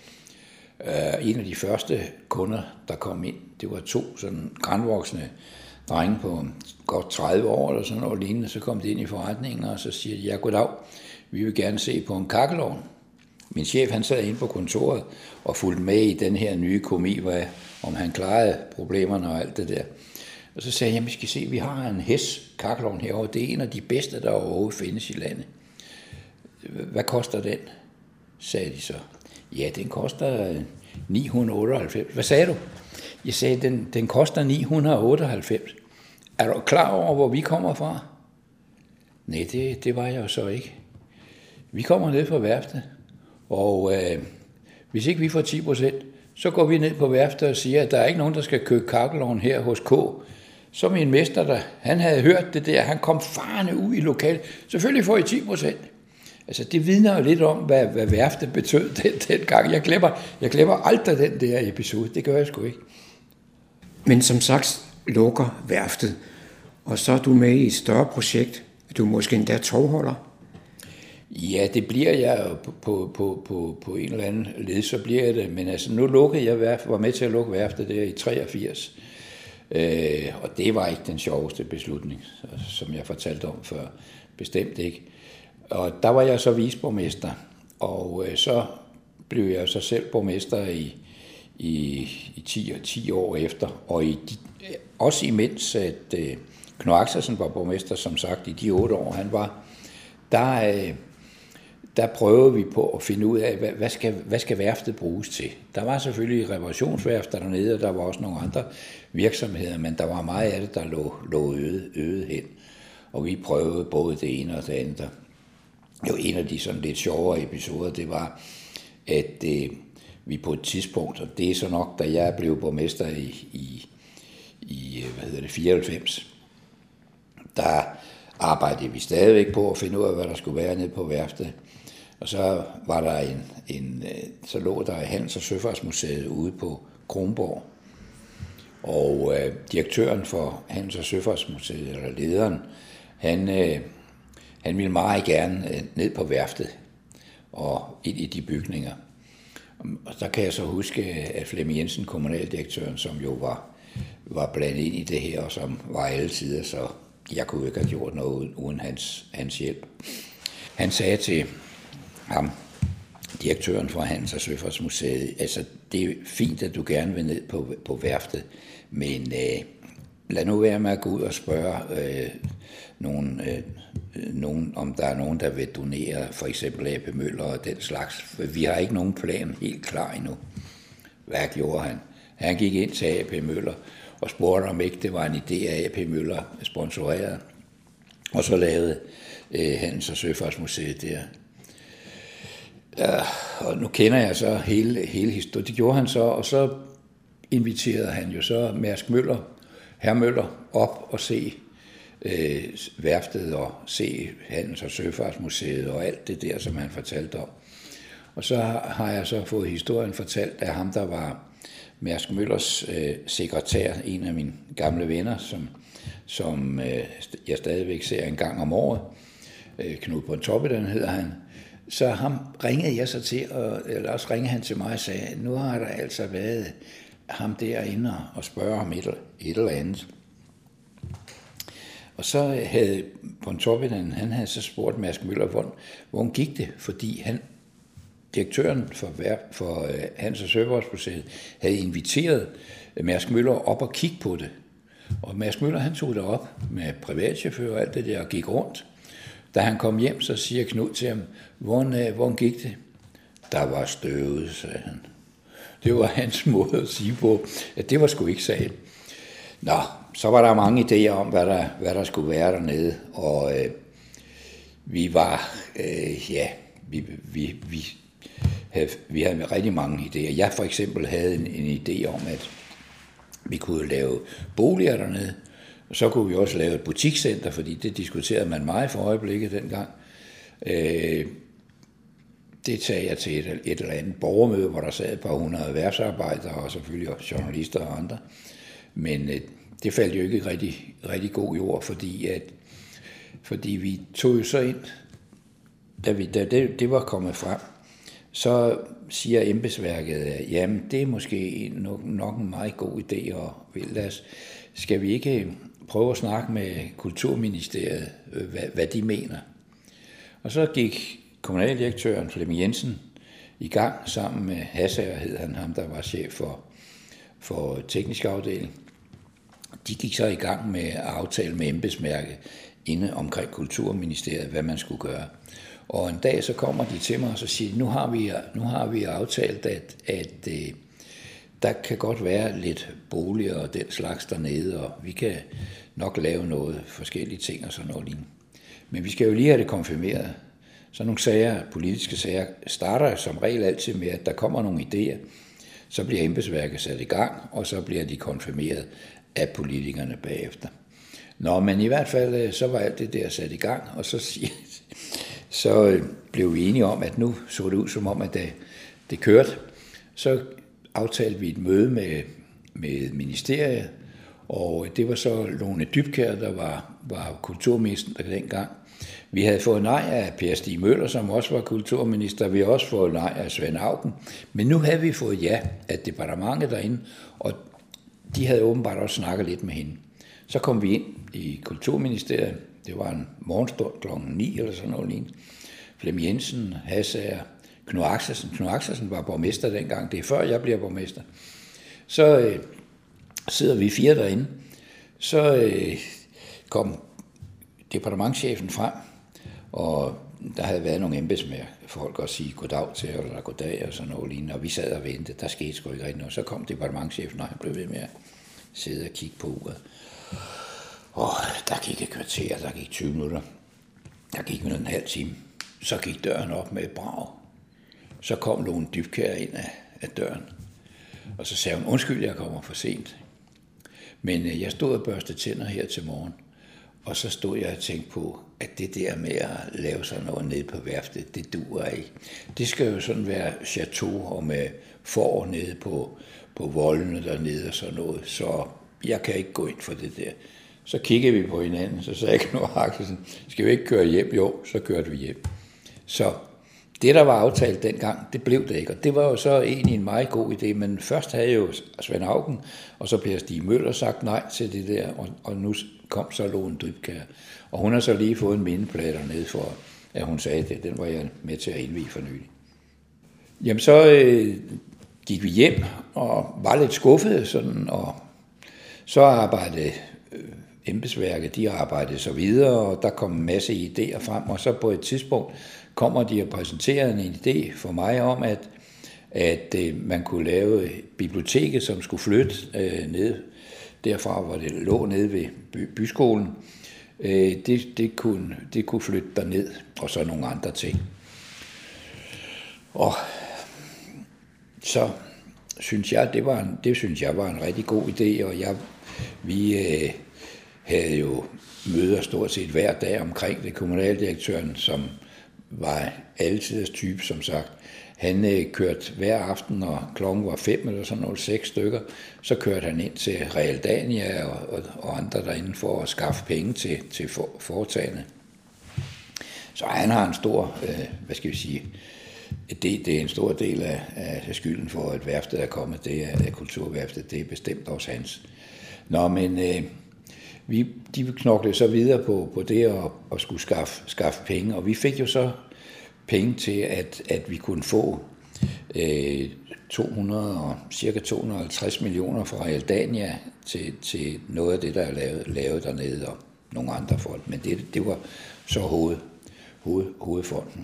øh, en af de første kunder, der kom ind, det var to sådan grandvoksne drenge på godt tredive år, eller sådan noget lignende, så kom de ind i forretningen, og så siger de, ja, goddag, vi vil gerne se på en kakkelovn. Min chef, han sad inde på kontoret og fulgte med i den her nye komi, hvad, om han klarede problemerne og alt det der. Og så sagde jeg, jamen vi skal se, vi har en Hess kakkelovn herovre, det er en af de bedste, der overhovedet findes i landet. Hvad koster den? Sagde de så. Ja, den koster ni hundrede otteoghalvfems. Hvad sagde du? Jeg sagde, den, den koster ni hundrede otteoghalvfems. Er du klar over, hvor vi kommer fra? Nej, det, det var jeg jo så ikke. vi kommer ned på værftet, og øh, hvis ikke vi får ti procent, så går vi ned på værftet og siger, at der er ikke nogen, der skal købe kakkelovn her hos K. Så min mester, der, han havde hørt det der, han kom farende ud i lokalet. Selvfølgelig får I ti procent. Altså, det vidner jo lidt om, hvad, hvad værftet betød den, den gang. Jeg glemmer, jeg glemmer aldrig den der episode. Det gør jeg sgu ikke. Men som sagt lukker værftet, og så er du med i et større projekt. Du er måske endda tovholder. Ja, det bliver jeg jo på, på, på, på, på en eller anden led, så bliver jeg det. Men altså, nu lukkede jeg værftet, var med til at lukke værftet der i treogfirs. Øh, og det var ikke den sjoveste beslutning, som jeg fortalte om før. Bestemt ikke. Og der var jeg så viceborgmester, og øh, så blev jeg så selv borgmester i, i, i ti, ti år efter. Og i de, også imens, at øh, Knud Axelsen var borgmester, som sagt, i de otte år, han var, der, øh, der prøvede vi på at finde ud af, hvad, hvad, skal, hvad skal værftet bruges til. Der var selvfølgelig reparationsværfter dernede, og der var også nogle andre virksomheder, men der var meget af det, der lå, lå øde, øde hen. Og vi prøvede både det ene og det andet. Jo, en af de sådan lidt sjovere episoder, det var, at øh, vi på et tidspunkt, og det er så nok, da jeg blev borgmester i, i, i hvad hedder det, fireoghalvfems, der arbejdede vi stadigvæk på at finde ud af, hvad der skulle være nede på værftet. Og så var der en, en så lå der Handels- og Søfartsmuseet ude på Kronborg. Og øh, direktøren for Handels- og Søfartsmuseet, eller lederen, han, øh, han ville meget gerne øh, ned på værftet og ind i de bygninger. Og der kan jeg så huske, at Flemming Jensen, kommunaldirektøren, som jo var, var blandet ind i det her, og som var alle tider, så jeg kunne ikke have gjort noget uden, uden hans, hans hjælp. Han sagde til ham, direktøren for Handels- og Søfartsmuseet, altså det er fint, at du gerne vil ned på, på værftet, men øh, lad nu være med at gå ud og spørge øh, nogen, øh, nogen, om der er nogen, der vil donere for eksempel A P Møller og den slags. For vi har ikke nogen plan helt klar endnu. Hvad gjorde han? Han gik ind til A P Møller og spurgte, om ikke det var en idé, at A P Møller sponsorerede. Og så lavede øh, Handels- og Søfartsmuseet der. Ja, og nu kender jeg så hele, hele historien. Det gjorde han så, og så inviterede han jo så Mærsk Møller, herr Møller, op og se øh, værftet og se Handels- og Søfartsmuseet og alt det der, som han fortalte om. Og så har jeg så fået historien fortalt af ham, der var Mærsk Møllers øh, sekretær, en af mine gamle venner, som, som øh, jeg stadigvæk ser en gang om året. Øh, Knud Pontoppidan hedder han. Så ham ringede jeg så til, og, eller også ringede han til mig og sagde, nu har der altså været ham derinde og spørge om et, et eller andet. Og så havde Pontoppidan, han havde så spurgt Mærsk Møller, hvor, hvor gik det, fordi han, direktøren for, for uh, Handels- og Søfartsmuseet havde inviteret Mærsk Møller op og kigge på det. Og Mærsk Møller, han tog det op med privatchauffør og alt det der og gik rundt. Da han kom hjem, så siger Knud til ham, hvordan, hvordan gik det? Der var støvet, sagde han. Det var hans måde at sige på, at det var sgu ikke sagen. Nå, så var der mange idéer om, hvad der, hvad der skulle være dernede, og øh, vi var, øh, ja, vi, vi, vi, havde, vi havde rigtig mange idéer. Jeg for eksempel havde en, en idé om, at vi kunne lave boliger dernede, og så kunne vi også lave et butikscenter, fordi det diskuterede man meget for øjeblikket dengang. Øh, det sagde jeg til et, et eller andet borgermøde, hvor der sad et par hundrede erhvervsarbejdere, og selvfølgelig også journalister og andre. Men øh, det faldt jo ikke rigtig, rigtig god jord, fordi, at, fordi vi tog jo så ind, da, vi, da det, det var kommet frem, så siger embedsværket, at jamen, det er måske nok, nok en meget god idé, og lad os, skal vi ikke prøve at snakke med Kulturministeriet, hvad, hvad de mener. Og så gik kommunaldirektøren Flemming Jensen i gang sammen med Hassager, hed han, ham der var chef for, for teknisk afdeling. De gik så i gang med at aftale med embedsmærket inde omkring Kulturministeriet, hvad man skulle gøre. Og en dag så kommer de til mig og så siger, nu har vi, nu har vi aftalt, at, at at der kan godt være lidt boliger og den slags dernede, og vi kan nok lave noget forskellige ting og sådan noget lignende. Men vi skal jo lige have det konfirmeret. Så nogle sager, politiske sager, starter som regel altid med, at der kommer nogle idéer, så bliver embedsværket sat i gang, og så bliver de konfirmeret af politikerne bagefter. Nå, men i hvert fald, så var alt det der sat i gang, og så, så blev vi enige om, at nu så det ud som om, at det, det kørte. Så aftalte vi et møde med, med ministeriet, og det var så Lone Dybkjær, der var, var kulturminister dengang. Vi havde fået nej af Per Stig Møller, som også var kulturminister. Vi havde også fået nej af Svend Auken. Men nu havde vi fået ja af departementet derinde, og de havde åbenbart også snakket lidt med hende. Så kom vi ind i Kulturministeriet. Det var en morgenstund klokken ni eller sådan noget lignende. Flemming Jensen, Hassager, Knud Axelsen. Knud Axelsen var borgmester dengang. Det er før jeg bliver borgmester. Så øh, sidder vi fire derinde. Så øh, kom departementschefen frem, og der havde været nogle embedsmænd, folk at sige goddag til, eller goddag, og sådan noget lignende, og vi sad og ventede, der skete sgu ikke rigtig noget. Så kom departementschefen, og han blev ved med at sidde og kigge på uret. Og der gik et kvarter, der gik tyve minutter, der gik med en halv time. Så gik døren op med et brag. Så kom Lone Dybkjær ind af, af døren, og så sagde hun, undskyld, jeg kommer for sent. Men øh, jeg stod og børste tænder her til morgen, og så stod jeg og tænkte på, at det der med at lave sådan noget nede på værftet, det duer ikke. Det skal jo sådan være chateau og med får nede på, på voldene dernede og sådan noget, så jeg kan ikke gå ind for det der. Så kiggede vi på hinanden, så sagde Knud Axelsen, skal vi ikke køre hjem? Jo, så kørte vi hjem. Så det, der var aftalt dengang, det blev det ikke, og det var jo så egentlig en meget god idé, men først havde jo Svend Auken og så Per Stig Møller sagt nej til det der, og, og nu kom så Lone Dybkjær, og hun har så lige fået en mindeplade dernede for, at hun sagde det, den var jeg med til at indvige for nylig. Jamen så øh, gik vi hjem og var lidt skuffede, sådan, og så arbejdede øh, embedsværket, de arbejdede så videre, og der kom en masse idéer frem, og så på et tidspunkt kommer de og præsenterer en idé for mig om, at, at øh, man kunne lave biblioteket, som skulle flytte øh, ned derfra, hvor det lå nede ved by, byskolen. Øh, det, det, kunne, det kunne flytte derned, og så nogle andre ting. Og så synes jeg, det var en, det synes jeg var en rigtig god idé, og jeg, vi øh, havde jo møder stort set hver dag omkring det. Kommunaldirektøren, som var altiders type, som sagt. Han øh, kørte hver aften, og klokken var fem eller sådan noget, seks stykker, så kørte han ind til Realdania og, og, og andre derinde for at skaffe penge til, til for, foretagende. Så han har en stor, øh, hvad skal vi sige, det, det er en stor del af, af skylden for, at værftet er kommet, det er at kulturværftet, det er bestemt også hans. Nå, men øh, vi, de knoklede så videre på, på det og, og skulle skaffe, skaffe penge, og vi fik jo så penge til, at, at vi kunne få øh, to hundrede, cirka to hundrede og halvtreds millioner fra Realdania til, til noget af det, der er lavet, lavet dernede, og nogle andre folk. Men det, det var så hoved, hoved, hovedfonden.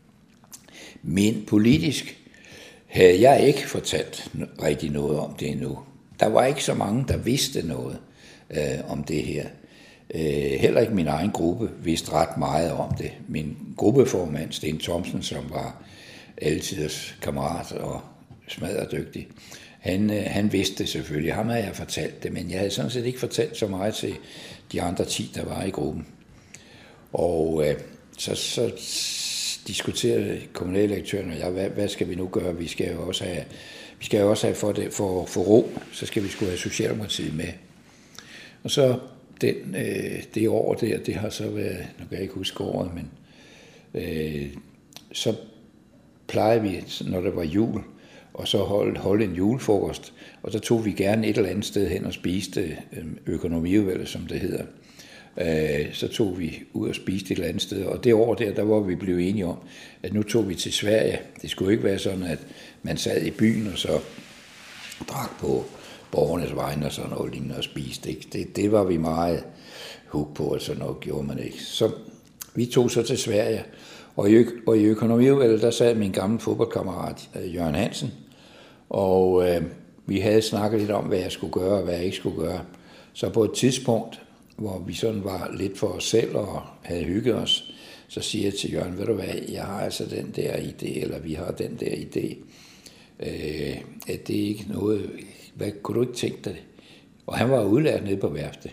Men politisk havde jeg ikke fortalt rigtig noget om det endnu. Der var ikke så mange, der vidste noget øh, om det her. Øh, heller ikke min egen gruppe vidste ret meget om det. Min gruppeformand, Sten Thomsen, som var altiders kammerat og smadredygtig, han, øh, han vidste det selvfølgelig. Ham havde jeg fortalt det, men jeg havde sådan set ikke fortalt så meget til de andre ti, der var i gruppen. Og øh, så, så diskuterede kommunaldirektøren og jeg, hvad, hvad skal vi nu gøre? Vi skal jo også have, vi skal jo også have for, det, for, for ro, så skal vi skulle have Socialdemokratiet med. Og så den, øh, det år der, det har så været, nu kan jeg ikke huske året, men øh, så plejede vi, når der var jul, og så holde, holde en julefrokost, og så tog vi gerne et eller andet sted hen og spiste økonomiudvalget, som det hedder. Øh, så tog vi ud og spiste et eller andet sted, og det år der, der var vi blevet enige om, at nu tog vi til Sverige. Det skulle ikke være sådan, at man sad i byen og så drak på borgernes vegne og sådan noget lignende og spiste. Det, det, det var vi meget hooked på, og sådan noget gjorde man ikke. Så vi tog så til Sverige, og i, og i økonomiudvalget, der sad min gamle fodboldkammerat Jørgen Hansen, og øh, vi havde snakket lidt om, hvad jeg skulle gøre og hvad jeg ikke skulle gøre. Så på et tidspunkt, hvor vi sådan var lidt for os selv og havde hygget os, så siger jeg til Jørgen, ved du hvad, jeg har altså den der idé, eller vi har den der idé, øh, at det er ikke noget, hvad kunne du ikke tænke dig det? Og han var udlært nede på værftet.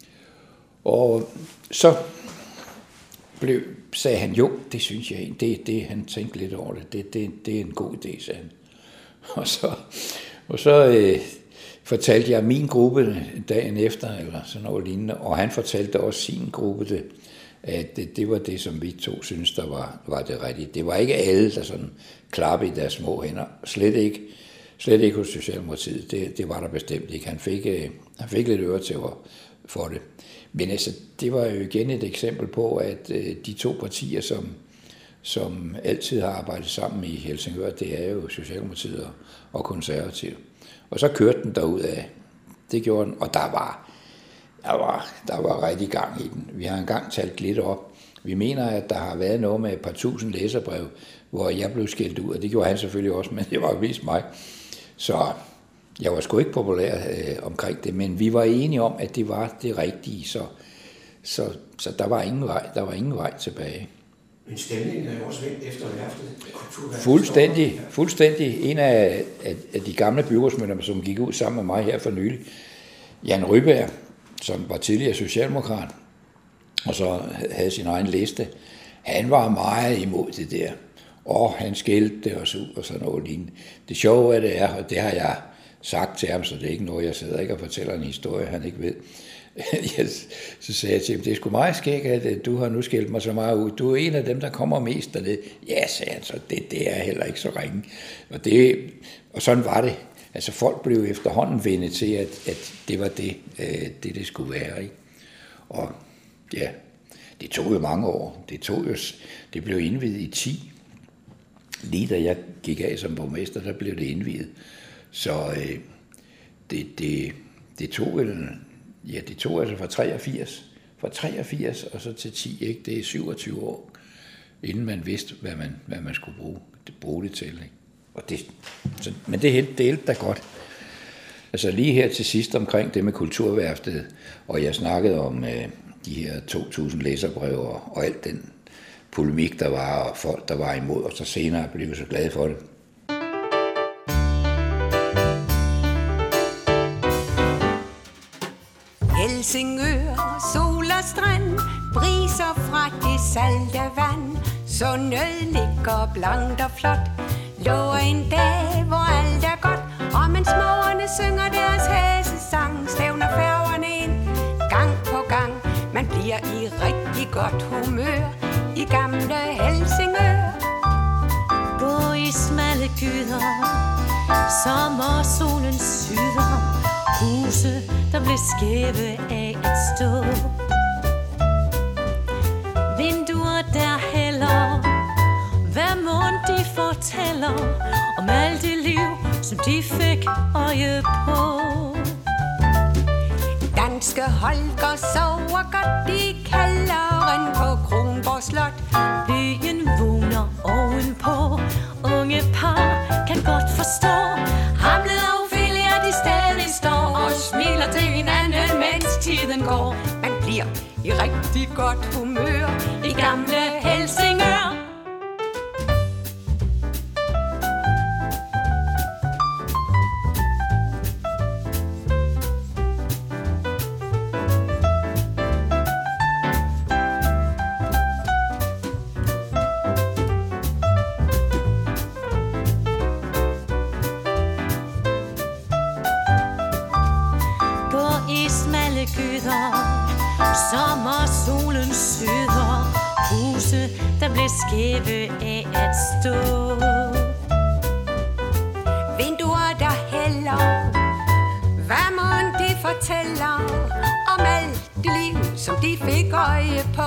Og så blev, sagde han, jo, det synes jeg egentlig, det, det han tænkte lidt over det, det, det, det er en god idé, sagde han. Og så, og så øh, fortalte jeg min gruppe dagen efter, eller sådan noget lignende, og han fortalte også sin gruppe det, at det, det var det, som vi to synes, der var, var det rigtige. Det var ikke alle, der sådan klappede i deres små hænder. Slet ikke, slet ikke hos Socialdemokratiet. Det, det var der bestemt ikke. Han fik, øh, han fik lidt øre til for det. Men altså, det var jo igen et eksempel på, at øh, de to partier, som, som altid har arbejdet sammen i Helsingør, det er jo Socialdemokratiet og, og Konservative. Og så kørte den derudad. Det gjorde den, og der var, der var, der var rigtig gang i den. Vi har engang talt lidt op. Vi mener, at der har været noget med et par tusind læserbrev, hvor jeg blev skilt ud, og det gjorde han selvfølgelig også, men det var jo vist mig. Så jeg var sgu ikke populær øh, omkring det, men vi var enige om, at det var det rigtige, så, så, så der var ingen vej, der var ingen vej tilbage. Men stemningen er jo også vendt efter værftet. Fuldstændig, fuldstændig. En af, af, af de gamle byrådsmedlemmer, som gik ud sammen med mig her for nylig, Jan Ryberg, som var tidligere socialdemokrat, og så havde sin egen liste, han var meget imod det der. Og han skældte os ud og sådan noget lignende. Det sjove er det er, og det har jeg sagt til ham, så det er ikke noget, jeg sidder ikke og fortæller en historie, han ikke ved. Så sagde jeg til ham, det er sgu meget skægt, at du har nu skældt mig så meget ud. Du er en af dem, der kommer mest dernede. Ja, sagde han så, det, det er heller ikke så ringe. Og, det, og sådan var det. Altså folk blev efterhånden vendt til, at, at det var det, det, det skulle være. Ikke? Og ja, det tog jo mange år. Det, tog jo, det blev indviet i ti. Lige da jeg gik af som borgmester, der blev det indviet. Så øh, det, det, det tog vel, ja, det tog altså fra treogfirs, fra treogfirs og så til ti, ikke? Det er syvogtyve år, inden man vidste, hvad man, hvad man skulle bruge det, bruge det til. Ikke? Og det, så, men det delte da godt. Altså lige her til sidst omkring det med Kulturværftet, og jeg snakkede om øh, de her to tusind læserbrev og, og alt den polemik, der var, og folk, der var imod, og så senere blev jeg så glad for det. Helsingør, sol og strand, briser fra det salte vand. Sundet ligger blankt og flot, lå en dag, hvor alt er godt. Og mens småerne synger deres hæsesang, stævner færgerne ind gang på gang. Man bliver i rigtig godt humør i gamle Helsingør. Gå i smalle gyder, sommersolen syder, huse, der blev skæve af at stå. Vinduer, der hælder, hvad mund de fortæller om alt det liv, som de fik øje på. Danske Holger sover godt i kælderen på Kronborg Slot. Byen vågner ovenpå, unge par kan godt forstå. Hamlet og Ophelia, de stadig står og smiler til hinanden, mens tiden går. Man bliver i rigtig godt humør i gamle Helsingør. Sommersolen syder, huse, der blev skæve af at stå. Vinduer, der hælder, hvad må de fortæller om alt det liv, som de fik øje på.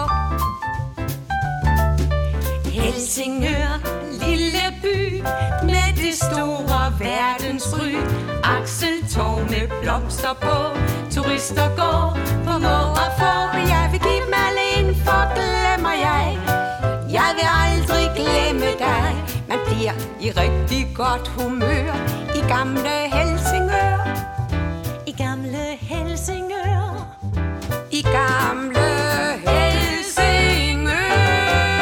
Helsingør, lille by, med det store verdensry. Akseltorv med blomster på, turister går på må og få. Jeg vil give dem alle en, for glemmer jeg. Jeg vil aldrig glemme dig. Man bliver i rigtig godt humør i gamle Helsingør. I gamle Helsingør. I gamle Helsingør.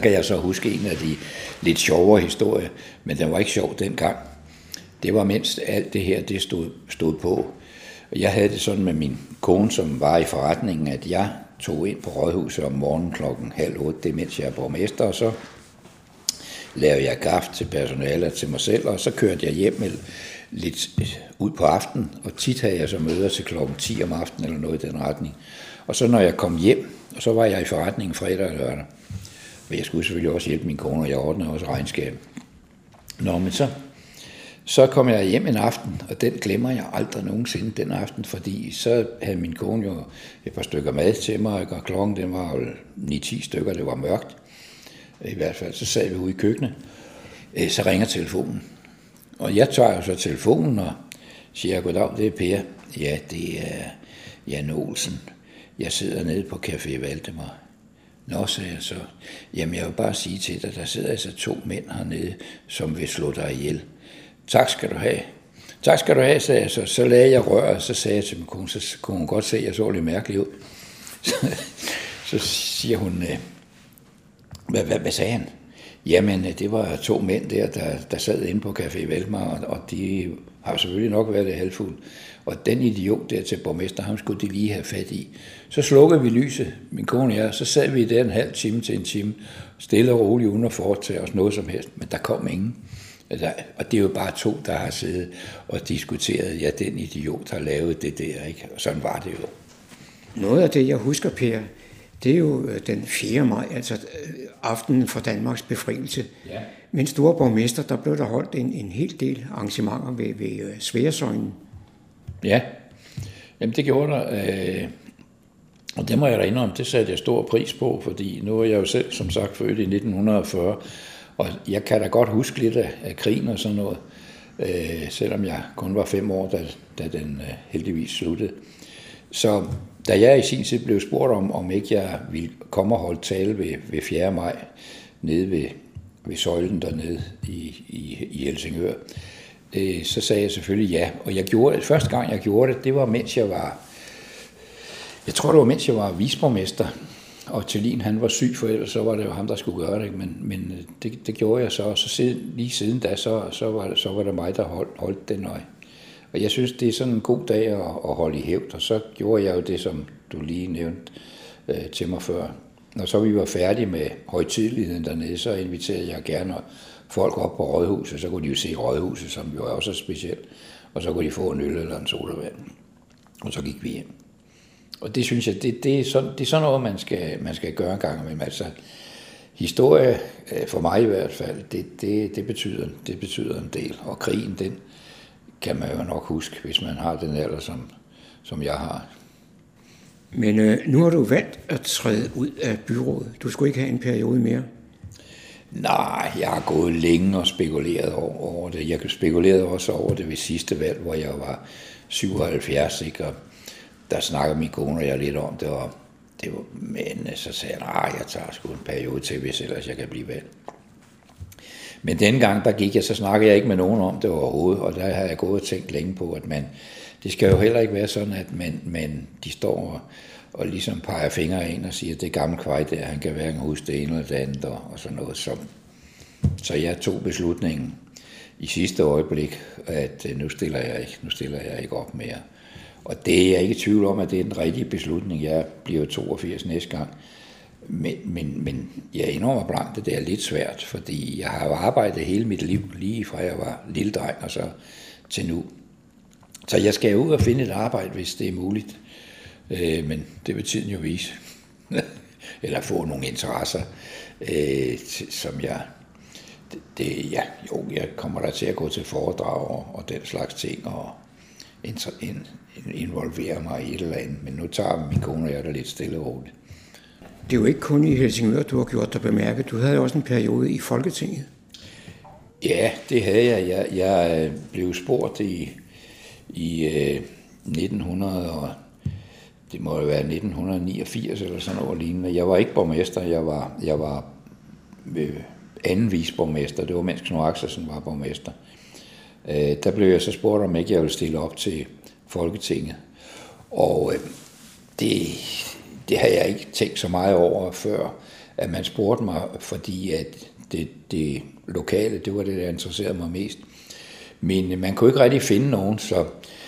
kan jeg så huske en af de lidt sjovere historier, men den var ikke sjov dengang. Det var mens alt det her det stod, stod på. Jeg havde det sådan med min kone, som var i forretningen, at jeg tog ind på rådhuset om morgenen klokken halv otte, det mens jeg er borgmester, og så lavede jeg kaffe til personalet til mig selv, og så kørte jeg hjem med lidt ud på aftenen, og tit havde jeg så møder til klokken ti om aftenen eller noget i den retning. Og så når jeg kom hjem, og så var jeg i forretningen fredag og lørdag, og jeg skulle selvfølgelig også hjælpe min kone, og jeg ordnede også regnskab. Nå, men så, så kom jeg hjem en aften, og den glemmer jeg aldrig nogensinde den aften, fordi så havde min kone jo et par stykker mad til mig, og klokken den var jo ni ti stykker, det var mørkt. I hvert fald, så sad vi ude i køkkenet, så ringer telefonen. Og jeg tager jo så telefonen og siger, goddag, det er Per. Ja, det er Jan Olsen. Jeg sidder nede på Café Valdemar. Nå, sagde jeg så. Jamen, jeg vil bare sige til dig, der sidder altså to mænd hernede, som vil slå dig ihjel. Tak skal du have. Tak skal du have, sagde jeg så. Så lagde jeg røret, så sagde jeg til min kone, så kunne hun godt se, at jeg så lidt mærkelig ud. Så, så siger hun, hvad, hvad, hvad sagde han? Jamen, det var to mænd der, der, der sad inde på Café Valdemar, og de har selvfølgelig nok været det halvfuldt. Og den idiot der til borgmester, ham skulle de lige have fat i. Så slukkede vi lyset, min kone og jeg, så sad vi der en halv time til en time, stille og roligt uden at foretage os noget som helst, men der kom ingen. Og det er jo bare to, der har siddet og diskuteret, ja, den idiot har lavet det der, ikke? Og sådan var det jo. Noget af det, jeg husker, Per, det er jo den fjerde maj, altså aftenen for Danmarks befrielse. Ja. Men store borgmester, der blev der holdt en, en hel del arrangementer ved, ved Sværesøjlen. Ja, jamen det gjorde der. Øh, og det må jeg da indrømme, det satte jeg stor pris på, fordi nu er jeg jo selv, som sagt, født i nitten fyrre, og jeg kan da godt huske lidt af, af krigen og sådan noget, øh, selvom jeg kun var fem år, da, da den øh, heldigvis sluttede. Så da jeg i sin tid blev spurgt om, om ikke jeg ville komme og holde tale ved, ved fjerde maj, nede ved, ved søjlen dernede i, i, i Helsingør, øh, så sagde jeg selvfølgelig ja. Og jeg gjorde det, første gang jeg gjorde det, det var mens jeg var, jeg tror det var mens jeg var viceborgmester, og Thelin han var syg, for ellers så var det jo ham, der skulle gøre det, men, men det, det gjorde jeg så, og så siden, lige siden da, så, så, var det, så var det mig, der holdt, holdt den øje. Og jeg synes, det er sådan en god dag at, at holde i hævd, og så gjorde jeg jo det, som du lige nævnte øh, til mig før. Når så vi var færdige med højtideligheden dernede, så inviterede jeg gerne folk op på Rådhuset, så kunne de jo se Rådhuset, som jo også er specielt, og så kunne de få en øl eller en sodavand, og så gik vi hjem. Og det synes jeg, det, det, er, sådan, det er sådan noget, man skal, man skal gøre en gang imellem. Altså, historie, for mig i hvert fald, det, det, det, betyder, det betyder en del, og krigen, den kan man jo nok huske, hvis man har den alder, som, som jeg har. Men øh, nu har du valgt at træde ud af byrådet. Du skulle ikke have en periode mere. Nej, jeg har gået længe og spekuleret over, over det. Jeg spekulerede også over det ved sidste valg, hvor jeg var syvoghalvfjerds, ikke? Og der snakkede min kone og jeg lidt om det, og det var, men så sagde jeg, nej, jeg tager sgu en periode til, hvis ellers jeg kan blive valgt. Men denne gang, der gik jeg, så snakkede jeg ikke med nogen om det overhovedet, og der har jeg gået og tænkt længe på, at man, det skal jo heller ikke være sådan, at man, man, de står og, og ligesom peger fingre ind og siger, at det er gammel kvej der, han kan hverken huske det ene eller det andet, og, og sådan noget. Så, så jeg tog beslutningen i sidste øjeblik, at nu stiller jeg ikke, nu stiller jeg ikke op mere. Og det er jeg ikke i tvivl om, at det er den rigtige beslutning. Jeg bliver toogfirs næste gang. Men, men, men jeg indrømmer blankt, at det er lidt svært, fordi jeg har jo arbejdet hele mit liv, lige fra jeg var lille dreng og så til nu. Så jeg skal ud og finde et arbejde, hvis det er muligt. Øh, men det vil tiden jo vise. Eller få nogle interesser, øh, som jeg... Det, det, ja, jo, jeg kommer der til at gå til foredrag og, og den slags ting, og in, in, involvere mig i et eller andet. Men nu tager min kone og jeg det lidt stille og roligt. Det er jo ikke kun i Helsingør, du har gjort dig bemærket. Du havde også en periode i Folketinget. Ja, det havde jeg. Jeg, jeg blev spurgt i, i øh, nitten hundrede, og det må jo være nitten niogfirs eller sådan noget lignende. Jeg var ikke borgmester, jeg var, jeg var øh, anden viceborgmester. Det var mens Knud Axelsen var borgmester. Øh, der blev jeg så spurgt, om ikke jeg ville stille op til Folketinget. Og øh, det... Det har jeg ikke tænkt så meget over før, at man spurgte mig, fordi at det, det lokale, det var det, der interesserede mig mest. Men man kunne ikke rigtig finde nogen, så,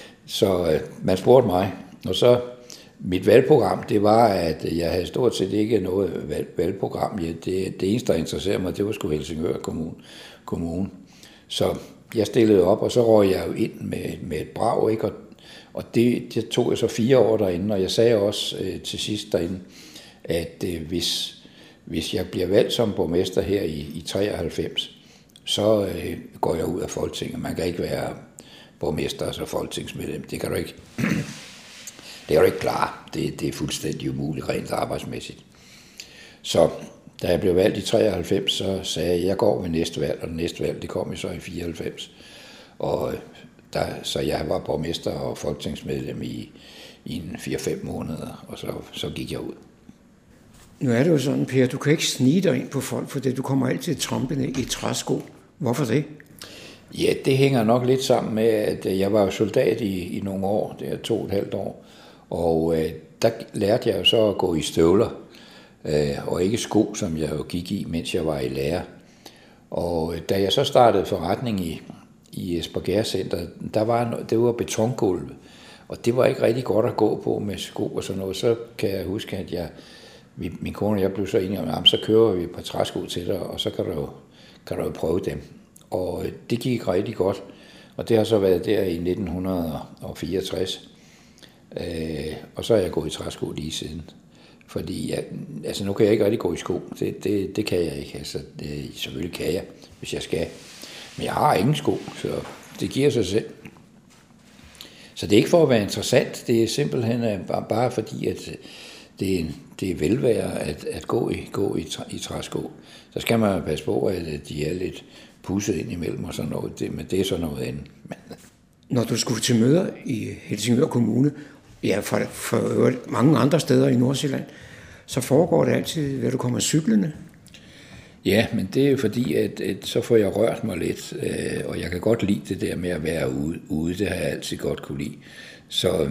så man spurgte mig. Og så mit valgprogram, det var, at jeg havde stort set ikke noget valg, valgprogram. Det, det eneste, der interesserede mig, det var sgu Helsingør Kommune. Kommune. Så jeg stillede op, og så røg jeg jo ind med, med et brag, ikke? Og, og det, det tog jeg så fire år derinde, og jeg sagde også øh, til sidst derinde, at øh, hvis, hvis jeg bliver valgt som borgmester her i, i treoghalvfems, så øh, går jeg ud af Folketinget. Man kan ikke være borgmester, altså folketingsmedlem. Det kan du ikke, det kan du ikke klare. Det, det er fuldstændig umuligt rent arbejdsmæssigt. Så da jeg blev valgt i treoghalvfems, så sagde jeg, at jeg går ved næste valg, og det næste valg, det kom jo så i fireoghalvfems. Og der, så jeg var borgmester og folketingsmedlem i, i en fire fem måneder, og så, så gik jeg ud. Nu er det jo sådan, Per, du kan ikke snige dig ind på folk, for det, du kommer altid trampende i træsko. Hvorfor det? Ja, det hænger nok lidt sammen med, at jeg var soldat i, i nogle år, det er to og et halvt år, og øh, der lærte jeg jo så at gå i støvler, øh, og ikke sko, som jeg jo gik i, mens jeg var i lære. Og da jeg så startede forretning i, i Esbjerg Center, der var, det var betongulv, og det var ikke rigtig godt at gå på med sko og sådan noget. Så kan jeg huske, at jeg, min kone og jeg blev så enige om, at så kører vi på træsko til dig, og så kan du jo, kan du jo prøve dem. Og det gik rigtig godt, og det har så været der i nitten fireogtres, øh, og så er jeg gået i træsko lige siden. Fordi jeg, altså nu kan jeg ikke rigtig gå i sko, det, det, det kan jeg ikke, altså det, selvfølgelig kan jeg, hvis jeg skal. Men jeg har ingen sko, så det giver sig selv. Så det er ikke for at være interessant, det er simpelthen bare fordi, at det er, det er velvære at, at gå, i, gå i, i træsko. Så skal man passe på, at de er lidt pusset ind imellem og sådan noget, det, men det er sådan noget andet. Når du skulle til møder i Helsingør Kommune, ja, for, for mange andre steder i Nordsjælland, så foregår det altid, ved du kommer cyklende. Ja, men det er jo fordi, at, at så får jeg rørt mig lidt, øh, og jeg kan godt lide det der med at være ude, ude. Det har jeg altid godt kunne lide. Så,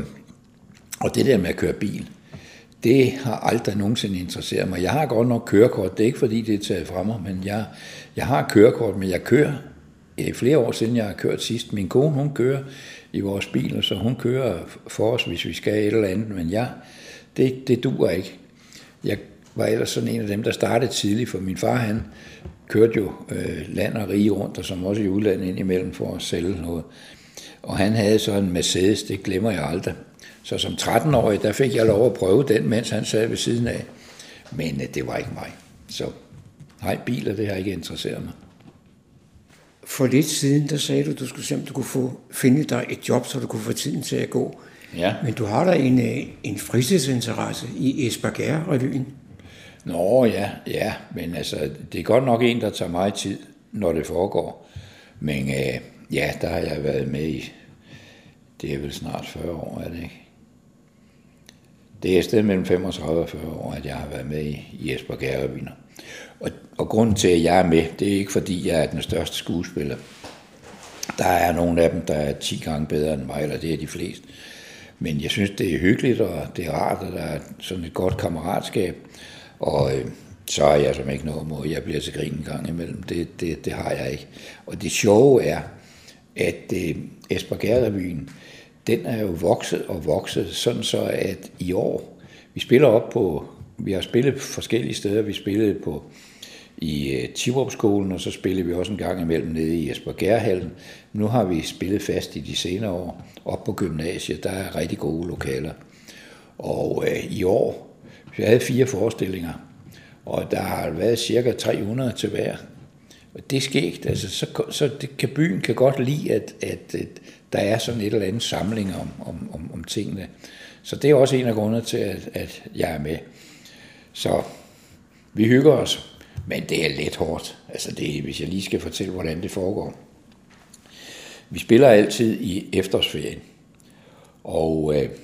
og det der med at køre bil, det har aldrig nogensinde interesseret mig. Jeg har godt nok kørekort, det er ikke fordi, det er taget fra mig, men jeg, jeg har kørekort, men jeg kører flere år siden, jeg har kørt sidst. Min kone, hun kører i vores biler, så hun kører for os, hvis vi skal et eller andet, men jeg, det, det duer ikke. Jeg var ellers sådan en af dem, der startede tidligt, for min far, han kørte jo øh, land og rige rundt, og som også i udlandet indimellem for at sælge noget. Og han havde så en Mercedes, det glemmer jeg aldrig. Så som tretten-årig, der fik jeg lov at prøve den, mens han sad ved siden af. Men øh, det var ikke mig. Så nej, biler, det har ikke interesseret mig. For lidt siden, der sagde du, at du skulle simpelthen du kunne få, finde dig et job, så du kunne få tiden til at gå. Ja. Men du har da en, en fritidsinteresse i Esbjerg-revyen. Nå ja, ja, men altså, det er godt nok en, der tager meget tid, når det foregår. Men øh, ja, der har jeg været med i, det er vel snart fyrre år, er det ikke? Det er et sted mellem femogtredive og fyrre år, at jeg har været med i, i Esbjerg-revyen. Og, og grunden til, at jeg er med, det er ikke fordi, jeg er den største skuespiller. Der er nogle af dem, der er ti gange bedre end mig, eller det er de fleste. Men jeg synes, det er hyggeligt, og det er rart, at der er sådan et godt kammeratskab. Og øh, så har jeg som ikke noget mod, jeg bliver til grin en gang imellem. Det, det, det har jeg ikke. Og det sjove er, at øh, Esbjerg-revyen, den er jo vokset og vokset, sådan så at i år, vi spiller op på, vi har spillet forskellige steder, vi spillede på i uh, Tivorpskolen, og så spillede vi også en gang imellem nede i Esbjerg-hallen. Nu har vi spillet fast i de senere år, op på gymnasiet, der er rigtig gode lokaler. Og uh, i år, vi havde fire forestillinger, og der har været cirka tre hundrede til hver. Og det er skægt, altså så, så det kan, byen kan godt lide, at, at, at der er sådan et eller andet samling om, om, om, om tingene. Så det er også en af grundene til, at, at jeg er med. Så vi hygger os. Men det er lidt hårdt, altså det, hvis jeg lige skal fortælle, hvordan det foregår. Vi spiller altid i efterårsferien, og øh,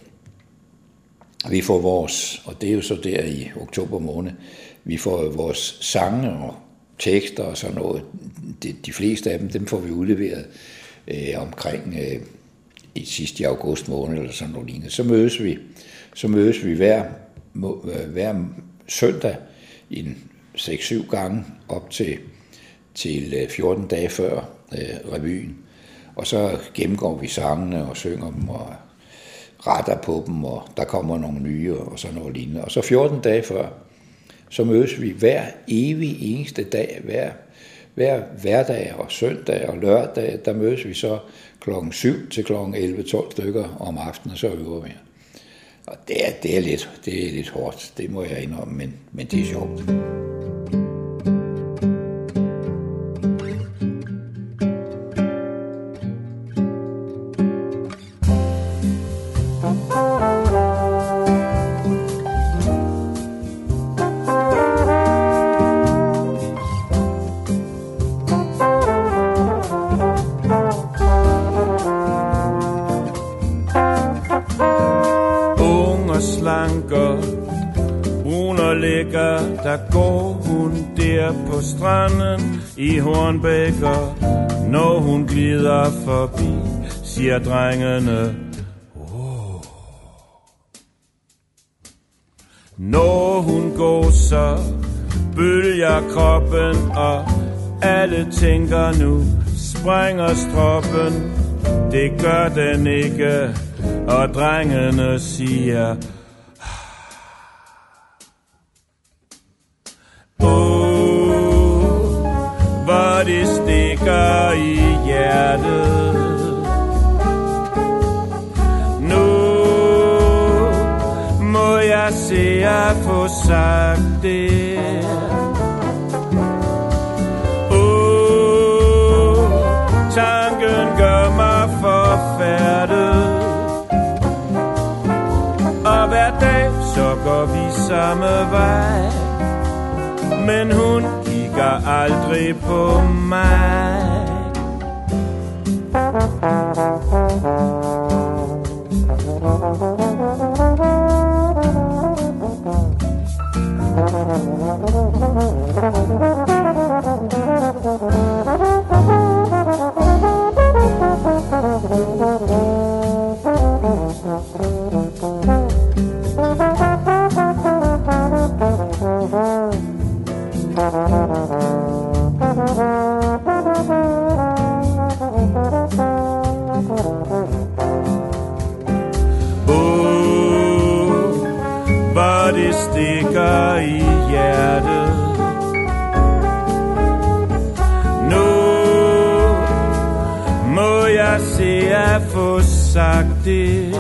vi får vores, og det er jo så der i oktober måned, vi får vores sange og tekster og sådan noget, de, de fleste af dem, dem får vi udleveret øh, omkring øh, i sidste august måned eller sådan noget lignende. Så mødes vi, så mødes vi hver, hver søndag i en seks syv gange op til, til fjorten dage før øh, revyen. Og så gennemgår vi sangene og synger dem og retter på dem, og der kommer nogle nye og sådan noget lignende. Og så fjorten dage før, så mødes vi hver evig eneste dag, hver, hver hverdag og søndag og lørdag, der mødes vi så klokken syv til klokken elleve tolv stykker om aftenen, og så øver vi. Og det er, det er, lidt, det er lidt hårdt, det må jeg indrømme, men, men det er sjovt. Der går hun der på stranden i Hornbækker. Når hun glider forbi, siger drengene, oh. Når hun går, så bølger kroppen, og alle tænker nu, springer stroppen. Det gør den ikke, og drengene siger, hvor det stikker i hjertet. Nu må jeg se at få sagt det. Åh, tanken gør mig forfærdet. Og hver dag så går vi samme vej, men hun kigger aldrig på mig. Det stikker i hjertet. Nu må jeg se at få sagt det.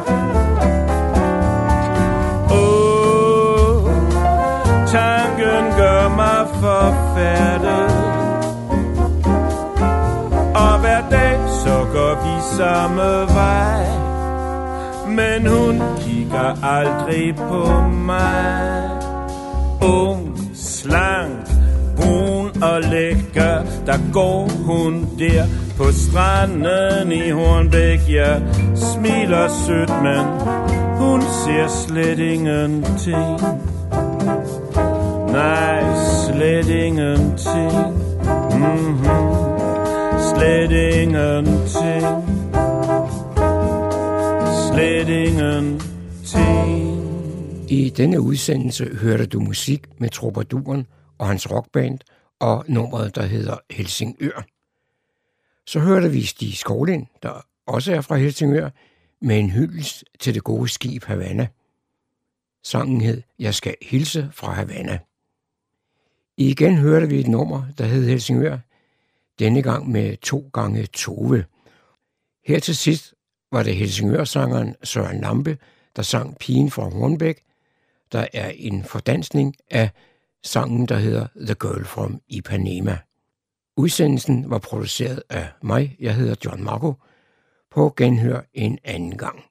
Åh, tanken gør mig forfærdet. Og hver dag så går vi samme vej, men hun kigger aldrig på mig. Ung, slank, brun og lækker, der går hun der på stranden i Hornbæk. Jeg smiler sødt, men hun ser slet ingenting. Nej, slet ingenting. Mm-hmm. Slet ingenting. Slet ingenting. I denne udsendelse hørte du musik med Troubadouren og hans rockband og nummeret, der hedder Helsingør. Så hørte vi Stig Skovlind, der også er fra Helsingør, med en hyldest til det gode skib Havana. Sangen hed Jeg skal hilse fra Havana. Igen hørte vi et nummer, der hed Helsingør, denne gang med to gange Tove. Her til sidst var det Helsingør-sangeren Søren Lampe, der sang Pigen fra Hornbæk, der er en fordansning af sangen, der hedder The Girl from Ipanema. Udsendelsen var produceret af mig, jeg hedder John Marco, på genhør en anden gang.